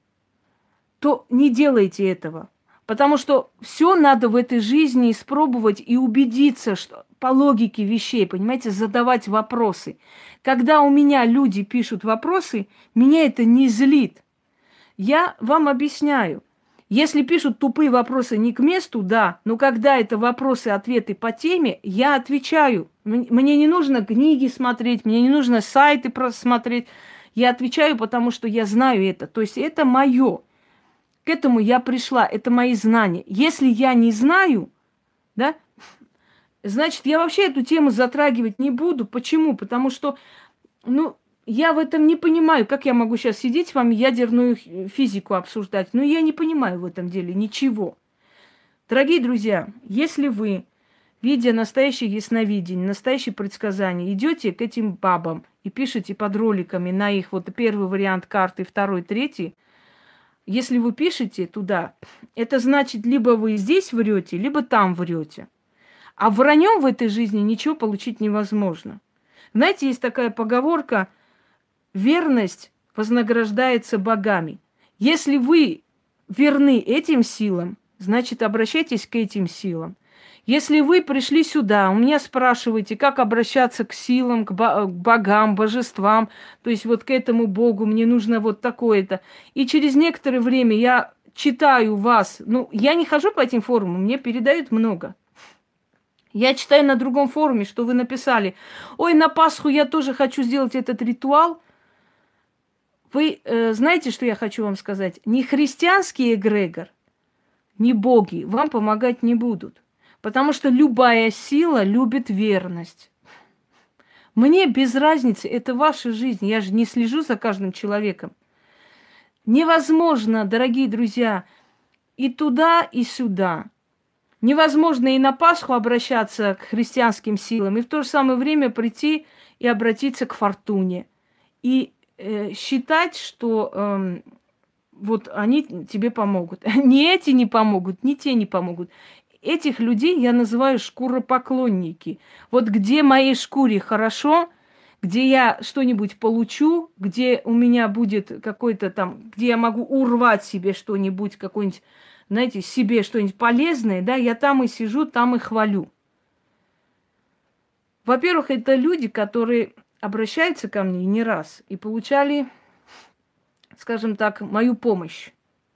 то не делайте этого. Потому что все надо в этой жизни испробовать и убедиться, что по логике вещей, понимаете, задавать вопросы. Когда у меня люди пишут вопросы, меня это не злит. Я вам объясняю. Если пишут тупые вопросы не к месту, да, но когда это вопросы-ответы по теме, я отвечаю. Мне не нужно книги смотреть, мне не нужно сайты просмотреть. Я отвечаю, потому что я знаю это. То есть это мое. К этому я пришла, это мои знания. Если я не знаю, да, значит, я вообще эту тему затрагивать не буду. Почему? Потому что, ну, я в этом не понимаю, как я могу сейчас сидеть с вами ядерную физику обсуждать. Но я не понимаю в этом деле ничего. Дорогие друзья, если вы, видя настоящее ясновидение, настоящее предсказание, идете к этим бабам и пишете под роликами на их вот первый вариант карты, второй, третий, если вы пишете туда, это значит, либо вы здесь врете, либо там врете. А враньем в этой жизни ничего получить невозможно. Знаете, есть такая поговорка: верность вознаграждается богами. Если вы верны этим силам, значит, обращайтесь к этим силам. Если вы пришли сюда, у меня спрашиваете, как обращаться к силам, к богам, божествам, то есть вот к этому богу, мне нужно вот такое-то. И через некоторое время я читаю вас, ну, я не хожу по этим форумам, мне передают много. Я читаю на другом форуме, что вы написали. Ой, на Пасху я тоже хочу сделать этот ритуал. Вы э, знаете, что я хочу вам сказать? Ни христианский эгрегор, ни боги вам помогать не будут. Потому что любая сила любит верность. Мне без разницы, это ваша жизнь. Я же не слежу за каждым человеком. Невозможно, дорогие друзья, и туда, и сюда. Невозможно и на Пасху обращаться к христианским силам, и в то же самое время прийти и обратиться к фортуне. И э, считать, что э, вот они тебе помогут. Ни эти не помогут, ни те не помогут. Этих людей я называю шкуропоклонники. Вот где моей шкуре хорошо, где я что-нибудь получу, где у меня будет какой-то там, где я могу урвать себе что-нибудь, какой-нибудь, знаете, себе что-нибудь полезное, да, я там и сижу, там и хвалю. Во-первых, это люди, которые обращаются ко мне не раз и получали, скажем так, мою помощь.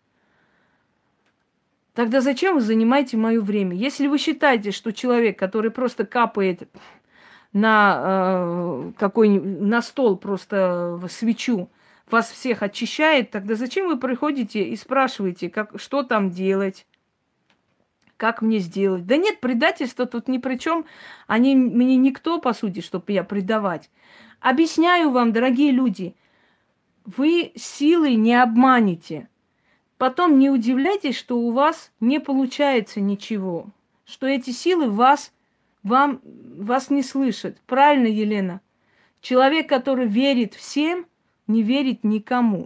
Тогда зачем вы занимаете мое время? Если вы считаете, что человек, который просто капает на э, какой-нибудь, на стол просто в свечу, вас всех очищает, тогда зачем вы приходите и спрашиваете, как, что там делать, как мне сделать? Да нет, предательство тут ни при чем. Они мне никто, по сути, чтобы я предавать. Объясняю вам, дорогие люди, вы силой не обманете. Потом не удивляйтесь, что у вас не получается ничего, что эти силы вас, вам, вас не слышат. Правильно, Елена? Человек, который верит всем, не верит никому.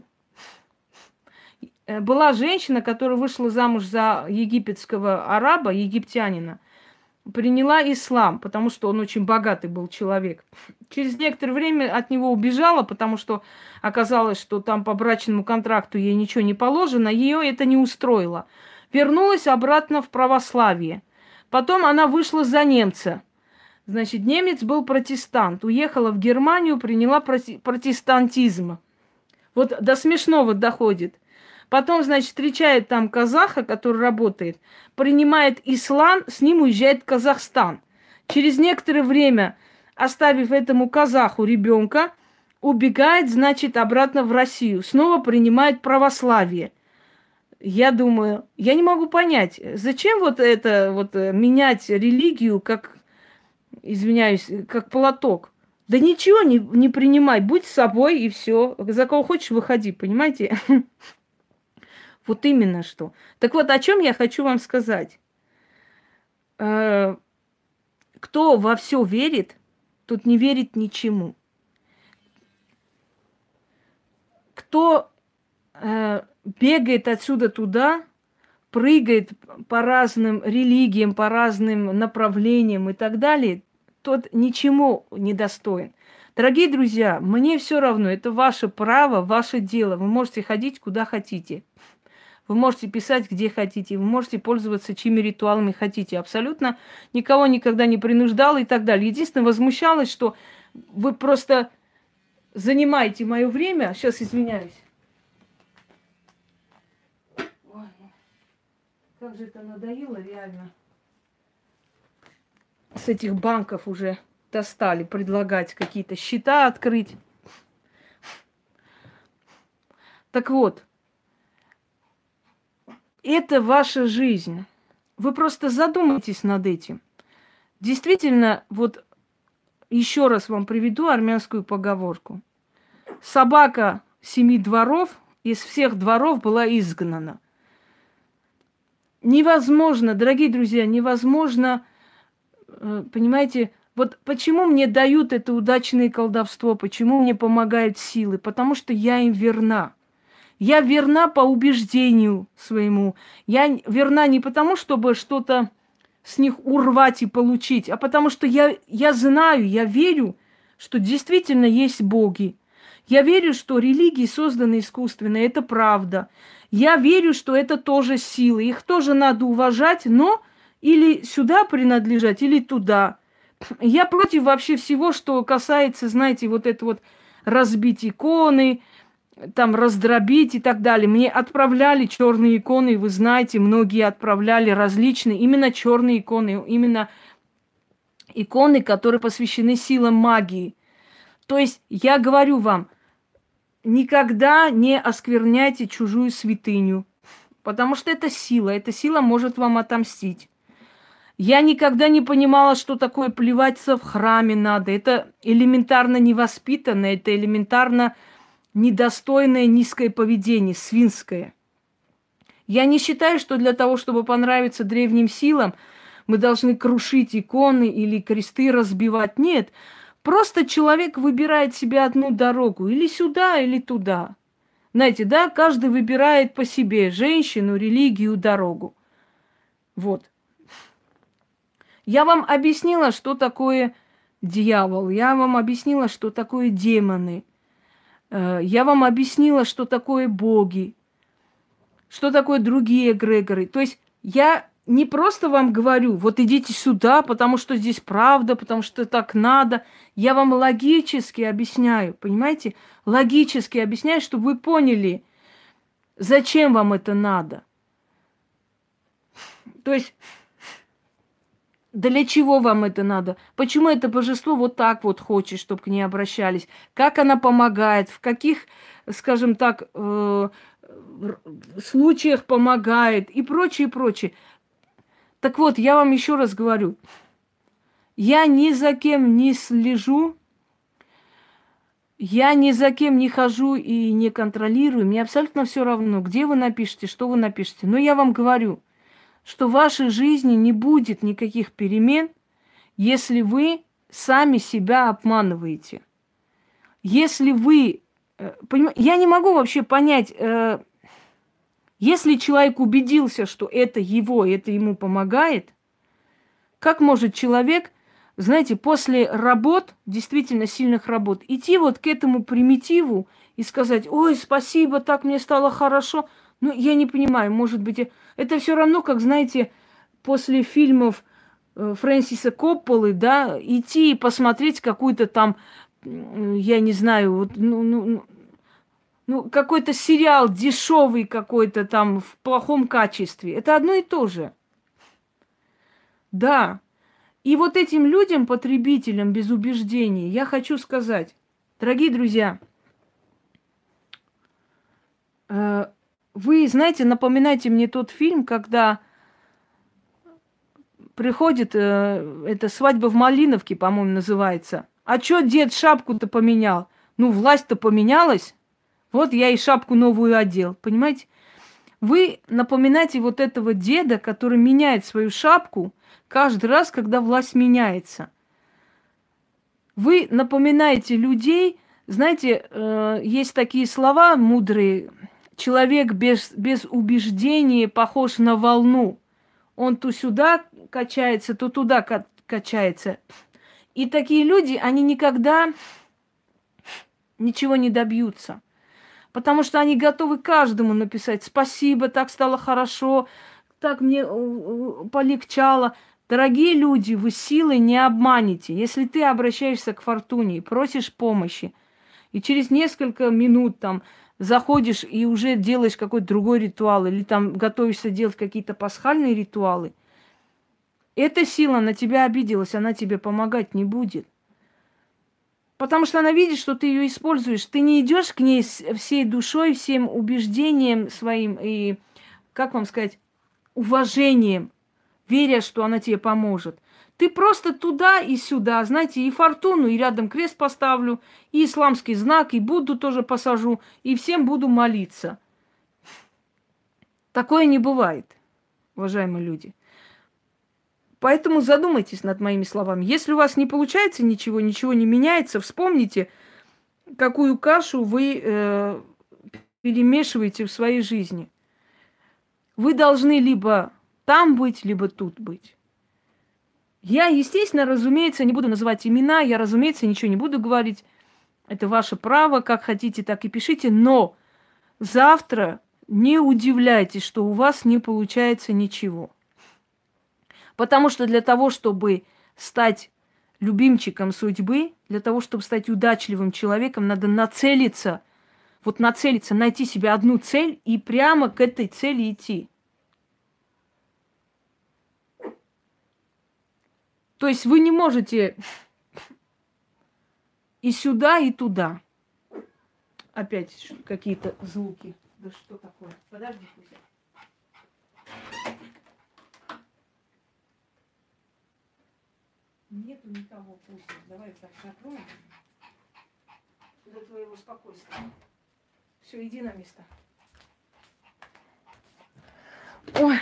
Была женщина, которая вышла замуж за египетского араба, египтянина, приняла ислам, потому что он очень богатый был человек. Через некоторое время от него убежала, потому что оказалось, что там по брачному контракту ей ничего не положено, ее это не устроило. Вернулась обратно в православие. Потом она вышла за немца. Значит, немец был протестант, уехала в Германию, приняла протестантизм. Вот до смешного доходит. Потом, значит, встречает там казаха, который работает, принимает ислам, с ним уезжает в Казахстан. Через некоторое время, оставив этому казаху ребенка, убегает, значит, обратно в Россию. Снова принимает православие. Я думаю, я не могу понять, зачем вот это вот менять религию, как, извиняюсь, как платок. Да ничего не, не принимай, будь собой и все. За кого хочешь, выходи, понимаете? Вот именно что. Так вот, о чем я хочу вам сказать. Кто во все верит, тот не верит ничему. Кто э, бегает отсюда туда, прыгает по разным религиям, по разным направлениям и так далее, тот ничему не достоин. Дорогие друзья, мне все равно, это ваше право, ваше дело. Вы можете ходить куда хотите. Вы можете писать, где хотите, вы можете пользоваться чьими ритуалами хотите. Абсолютно никого никогда не принуждала и так далее. Единственное, возмущалась, что вы просто занимаете мое время. Сейчас извиняюсь. Ой, как же это надоело, реально. С этих банков уже достали предлагать какие-то счета открыть. Так вот. Это ваша жизнь. Вы просто задумайтесь над этим. Действительно, вот еще раз вам приведу армянскую поговорку. Собака семи дворов из всех дворов была изгнана. Невозможно, дорогие друзья, невозможно, понимаете, вот почему мне дают это удачное колдовство, почему мне помогают силы? Потому что я им верна. Я верна по убеждению своему. Я верна не потому, чтобы что-то с них урвать и получить, а потому что я, я знаю, я верю, что действительно есть боги. Я верю, что религии созданы искусственно, это правда. Я верю, что это тоже силы, их тоже надо уважать, но или сюда принадлежать, или туда. Я против вообще всего, что касается, знаете, вот это вот разбить иконы, там раздробить и так далее. Мне отправляли черные иконы, вы знаете, многие отправляли различные, именно черные иконы, именно иконы, которые посвящены силам магии. То есть я говорю вам, никогда не оскверняйте чужую святыню, потому что это сила, эта сила может вам отомстить. Я никогда не понимала, что такое плеваться в храме надо. Это элементарно невоспитанное, это элементарно недостойное низкое поведение, свинское. Я не считаю, что для того, чтобы понравиться древним силам, мы должны крушить иконы или кресты разбивать. Нет, просто человек выбирает себе одну дорогу, или сюда, или туда. Знаете, да, каждый выбирает по себе женщину, религию, дорогу. Вот. Я вам объяснила, что такое дьявол, я вам объяснила, что такое демоны. Я вам объяснила, что такое боги, что такое другие эгрегоры. То есть я не просто вам говорю, вот идите сюда, потому что здесь правда, потому что так надо. Я вам логически объясняю, понимаете? Логически объясняю, чтобы вы поняли, зачем вам это надо. То есть для чего вам это надо? Почему это божество вот так вот хочет, чтобы к ней обращались? Как она помогает? В каких, скажем так, э, случаях помогает? И прочее, прочее. Так вот, я вам еще раз говорю. Я ни за кем не слежу. Я ни за кем не хожу и не контролирую. Мне абсолютно все равно, где вы напишете, что вы напишете. Но я вам говорю, что в вашей жизни не будет никаких перемен, если вы сами себя обманываете. Если вы... Поним... Я не могу вообще понять, э, если человек убедился, что это его, это ему помогает, как может человек, знаете, после работ, действительно сильных работ, идти вот к этому примитиву и сказать: ой, спасибо, так мне стало хорошо. Ну, я не понимаю, может быть, это все равно, как, знаете, после фильмов Фрэнсиса Копполы, да, идти и посмотреть какую-то там, я не знаю, вот, ну, ну, ну, какой-то сериал дешевый какой-то там в плохом качестве. Это одно и то же. Да. И вот этим людям, потребителям без убеждений, я хочу сказать, дорогие друзья, вы, знаете, напоминаете мне тот фильм, когда приходит, э, это «Свадьба в Малиновке», по-моему, называется. А чё дед шапку-то поменял? Ну, власть-то поменялась. Вот я и шапку новую одел, понимаете? Вы напоминаете вот этого деда, который меняет свою шапку каждый раз, когда власть меняется. Вы напоминаете людей, знаете, э, есть такие слова мудрые. Человек без, без убеждения похож на волну. Он то сюда качается, то туда качается. И такие люди, они никогда ничего не добьются. Потому что они готовы каждому написать: спасибо, так стало хорошо, так мне полегчало. Дорогие люди, вы силой не обманете. Если ты обращаешься к фортуне и просишь помощи, и через несколько минут там заходишь и уже делаешь какой-то другой ритуал, или там готовишься делать какие-то пасхальные ритуалы, эта сила на тебя обиделась, она тебе помогать не будет. Потому что она видит, что ты ее используешь. Ты не идешь к ней всей душой, всем убеждением своим и, как вам сказать, уважением, веря, что она тебе поможет. Ты просто туда и сюда, знаете, и фортуну, и рядом крест поставлю, и исламский знак, и Будду тоже посажу, и всем буду молиться. Такое не бывает, уважаемые люди. Поэтому задумайтесь над моими словами. Если у вас не получается ничего, ничего не меняется, вспомните, какую кашу вы э, перемешиваете в своей жизни. Вы должны либо там быть, либо тут быть. Я, естественно, разумеется, не буду называть имена, я, разумеется, ничего не буду говорить. Это ваше право, как хотите, так и пишите. Но завтра не удивляйтесь, что у вас не получается ничего. Потому что для того, чтобы стать любимчиком судьбы, для того, чтобы стать удачливым человеком, надо нацелиться вот нацелиться, найти себе одну цель и прямо к этой цели идти. То есть вы не можете и сюда, и туда. Опять какие-то звуки. Да что такое? Подожди, Кузя. Нету никого, Кузя. Давай так закроем. Для твоего спокойствия. Все, иди на место. Ой.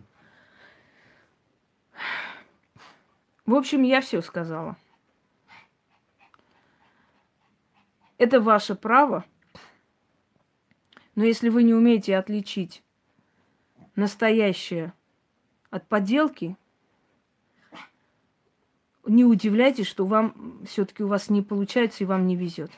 В общем, я все сказала. Это ваше право. Но если вы не умеете отличить настоящее от подделки, не удивляйтесь, что вам все-таки у вас не получается и вам не везет.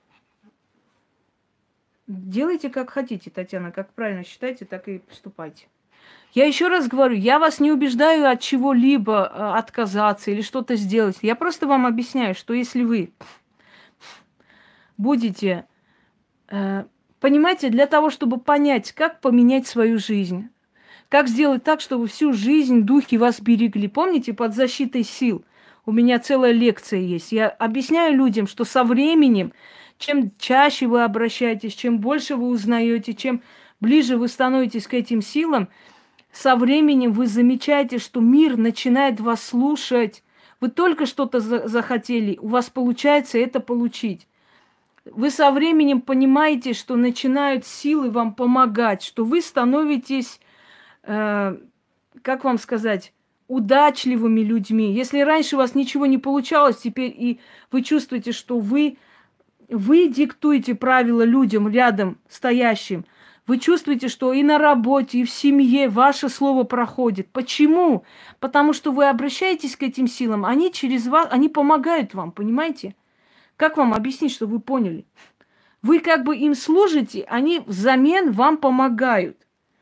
Делайте как хотите, Татьяна, как правильно считаете, так и поступайте. Я еще раз говорю, я вас не убеждаю от чего-либо отказаться или что-то сделать. Я просто вам объясняю, что если вы будете, э, понимаете, для того, чтобы понять, как поменять свою жизнь, как сделать так, чтобы всю жизнь духи вас берегли. Помните, под защитой сил у меня целая лекция есть. Я объясняю людям, что со временем, чем чаще вы обращаетесь, чем больше вы узнаете, чем ближе вы становитесь к этим силам, со временем вы замечаете, что мир начинает вас слушать. Вы только что-то за- захотели, у вас получается это получить. Вы со временем понимаете, что начинают силы вам помогать, что вы становитесь, э, как вам сказать, удачливыми людьми. Если раньше у вас ничего не получалось, теперь и вы чувствуете, что вы, вы диктуете правила людям рядом стоящим. Вы чувствуете, что и на работе, и в семье ваше слово проходит. Почему? Потому что вы обращаетесь к этим силам, они через вас, они помогают вам, понимаете? Как вам объяснить, что вы поняли? Вы как бы им служите, они взамен вам помогают.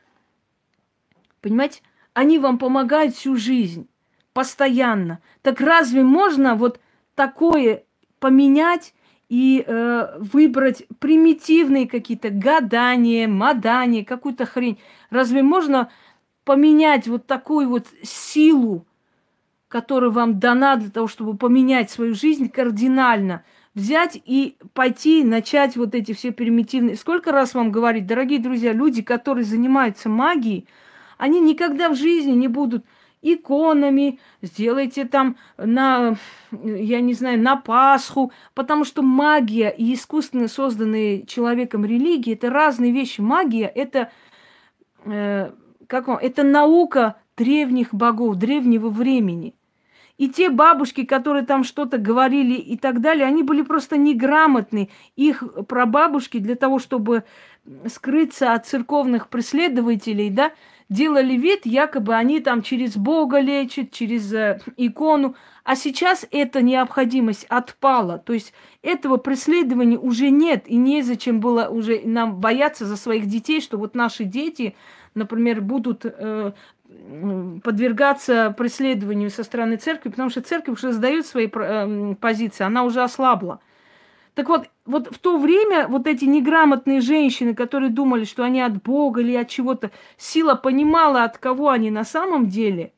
Понимаете? Они вам помогают всю жизнь, постоянно. Так разве можно вот такое поменять и э, выбрать примитивные какие-то гадания, мадания, какую-то хрень? Разве можно поменять вот такую вот силу, которая вам дана для того, чтобы поменять свою жизнь кардинально? Взять и пойти, начать вот эти все примитивные... Сколько раз вам говорить, дорогие друзья, люди, которые занимаются магией, они никогда в жизни не будут иконами, сделайте там на, я не знаю, на Пасху, потому что магия и искусственно созданные человеком религии – это разные вещи. Магия – это, э, как вам, это наука древних богов, древнего времени. И те бабушки, которые там что-то говорили и так далее, они были просто неграмотны. Их прабабушки для того, чтобы скрыться от церковных преследователей, да, делали вид, якобы они там через Бога лечат, через э, икону. А сейчас эта необходимость отпала. То есть этого преследования уже нет. И незачем было уже нам бояться за своих детей, что вот наши дети, например, будут э, подвергаться преследованию со стороны церкви, потому что церковь уже сдает свои э, позиции, она уже ослабла. Так вот, вот в то время вот эти неграмотные женщины, которые думали, что они от Бога или от чего-то, сила понимала, от кого они на самом деле,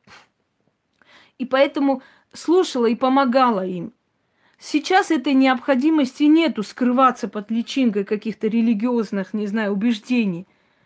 и поэтому слушала и помогала им. Сейчас этой необходимости нету скрываться под личинкой каких-то религиозных, не знаю, убеждений.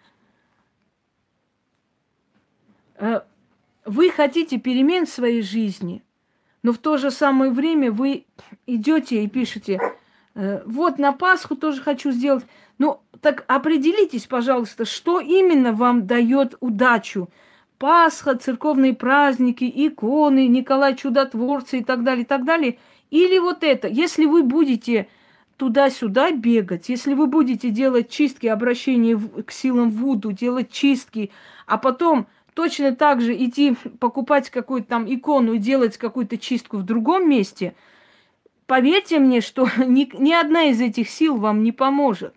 Вы хотите перемен в своей жизни, но в то же самое время вы идете и пишете: вот на Пасху тоже хочу сделать. Ну, так определитесь, пожалуйста, что именно вам дает удачу. Пасха, церковные праздники, иконы, Николай Чудотворцы и так далее, и так далее. Или вот это. Если вы будете туда-сюда бегать, если вы будете делать чистки, обращение к силам Вуду, делать чистки, а потом точно так же идти покупать какую-то там икону и делать какую-то чистку в другом месте, поверьте мне, что ни, ни одна из этих сил вам не поможет.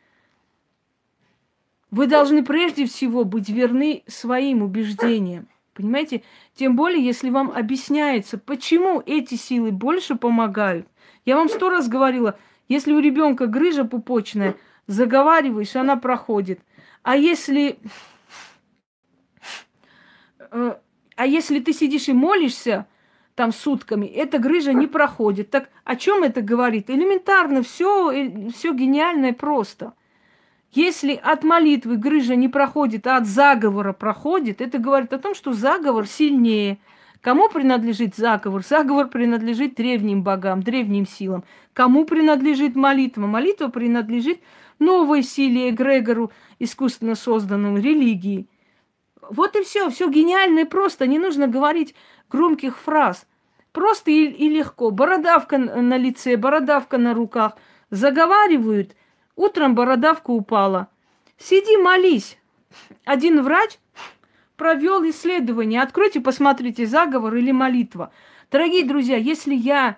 Вы должны прежде всего быть верны своим убеждениям. Понимаете? Тем более, если вам объясняется, почему эти силы больше помогают. Я вам сто раз говорила, если у ребенка грыжа пупочная, заговариваешь, она проходит. А если, э, а если ты сидишь и молишься там сутками, эта грыжа не проходит. Так о чем это говорит? Элементарно, все, все гениально и просто. Если от молитвы грыжа не проходит, а от заговора проходит, это говорит о том, что заговор сильнее. Кому принадлежит заговор? Заговор принадлежит древним богам, древним силам. Кому принадлежит молитва? Молитва принадлежит новой силе, эгрегору, искусственно созданному, религии. Вот и все, все гениально и просто. Не нужно говорить громких фраз. Просто и, и легко. Бородавка на лице, бородавка на руках. Заговаривают. Утром бородавка упала. Сиди, молись. Один врач провел исследование. Откройте, посмотрите, заговор или молитва. Дорогие друзья, если я,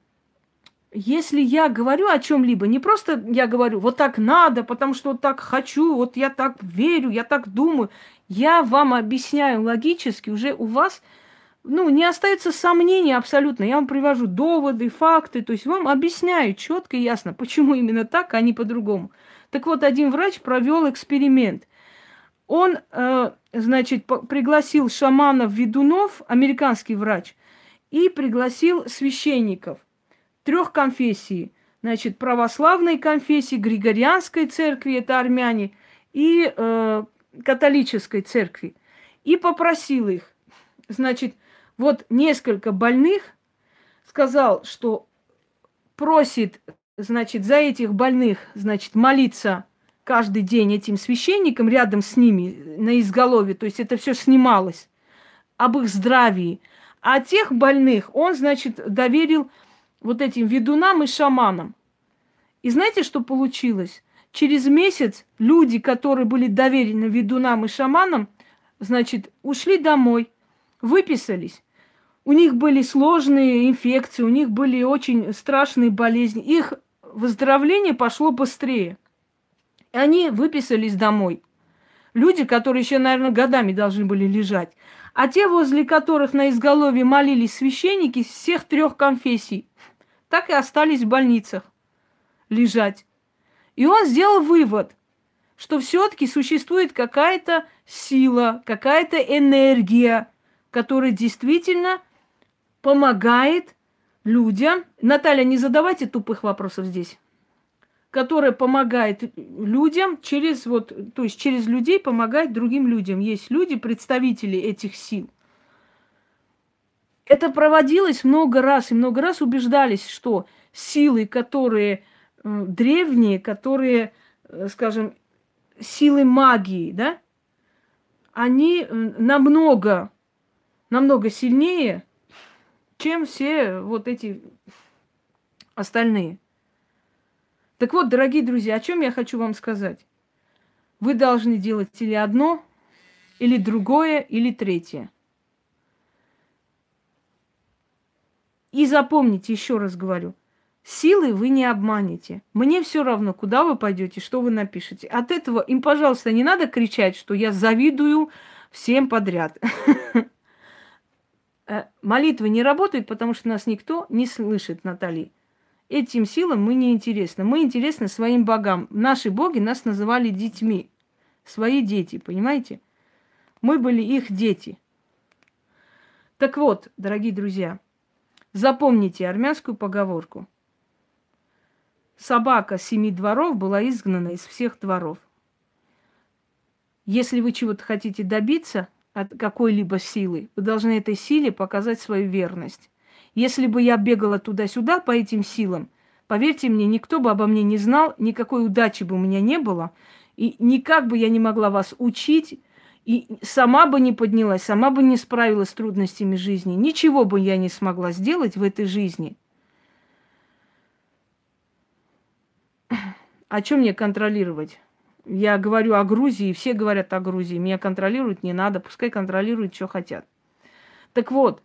если я говорю о чем-либо, не просто я говорю, вот так надо, потому что вот так хочу, вот я так верю, я так думаю, я вам объясняю логически, уже у вас, ну, не остается сомнений абсолютно. Я вам привожу доводы, факты, то есть вам объясняю четко и ясно, почему именно так, а не по-другому. Так вот, один врач провел эксперимент. Он, э, значит, пригласил шаманов-ведунов, американский врач, и пригласил священников трех конфессий. Значит, православной конфессии, Григорианской церкви, это армяне, и э, католической церкви. И попросил их, значит, вот несколько больных, сказал, что просит, значит, за этих больных, значит, молиться каждый день этим священникам рядом с ними на изголовье, то есть это все снималось, об их здравии. А тех больных он, значит, доверил вот этим ведунам и шаманам. И знаете, что получилось? Через месяц люди, которые были доверены ведунам и шаманам, значит, ушли домой, выписались. У них были сложные инфекции, у них были очень страшные болезни. Их выздоровление пошло быстрее. И они выписались домой. Люди, которые еще, наверное, годами должны были лежать. А те, возле которых на изголовье молились священники из всех трех конфессий, так и остались в больницах лежать. И он сделал вывод, что все-таки существует какая-то сила, какая-то энергия, которая действительно помогает людям. Наталья, не задавайте тупых вопросов здесь. Которая помогает людям через вот, то есть через людей помогает другим людям. Есть люди, представители этих сил. Это проводилось много раз, и много раз убеждались, что силы, которые э, древние, которые, э, скажем, силы магии, да, они намного, намного сильнее, чем все вот эти остальные. Так вот, дорогие друзья, о чем я хочу вам сказать? Вы должны делать или одно, или другое, или третье. И запомните, еще раз говорю, силы вы не обманете. Мне все равно, куда вы пойдете, что вы напишете. От этого им, пожалуйста, не надо кричать, что я завидую всем подряд. Молитвы не работают, потому что нас никто не слышит, Наталья. Этим силам мы не интересны. Мы интересны своим богам. Наши боги нас называли детьми. Свои дети, понимаете? Мы были их дети. Так вот, дорогие друзья, запомните армянскую поговорку. Собака семи дворов была изгнана из всех дворов. Если вы чего-то хотите добиться от какой-либо силы, вы должны этой силе показать свою верность. Если бы я бегала туда-сюда по этим силам, поверьте мне, никто бы обо мне не знал, никакой удачи бы у меня не было, и никак бы я не могла вас учить, и сама бы не поднялась, сама бы не справилась с трудностями жизни. Ничего бы я не смогла сделать в этой жизни. О чем мне контролировать? Я говорю о Грузии, все говорят о Грузии. Меня контролировать не надо, пускай контролируют, что хотят. Так вот,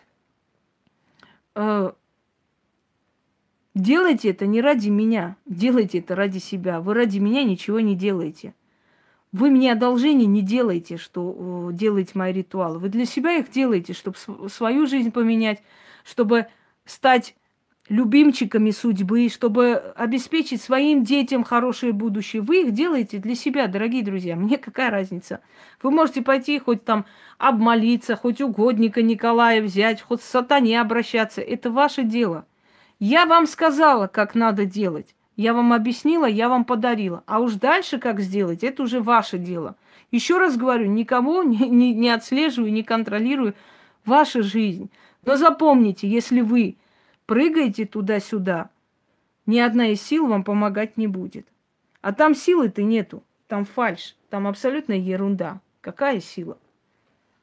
делайте это не ради меня, делайте это ради себя. Вы ради меня ничего не делаете. Вы мне одолжение не делаете, что делаете мои ритуалы. Вы для себя их делаете, чтобы свою жизнь поменять, чтобы стать любимчиками судьбы, чтобы обеспечить своим детям хорошее будущее. Вы их делаете для себя, дорогие друзья. Мне какая разница? Вы можете пойти хоть там обмолиться, хоть угодника Николая взять, хоть к сатане обращаться. Это ваше дело. Я вам сказала, как надо делать. Я вам объяснила, я вам подарила. А уж дальше как сделать, это уже ваше дело. Еще раз говорю, никого не, не, не отслеживаю, не контролирую вашу жизнь. Но запомните, если вы прыгаете туда-сюда, ни одна из сил вам помогать не будет. А там силы-то нету, там фальшь, там абсолютная ерунда. Какая сила?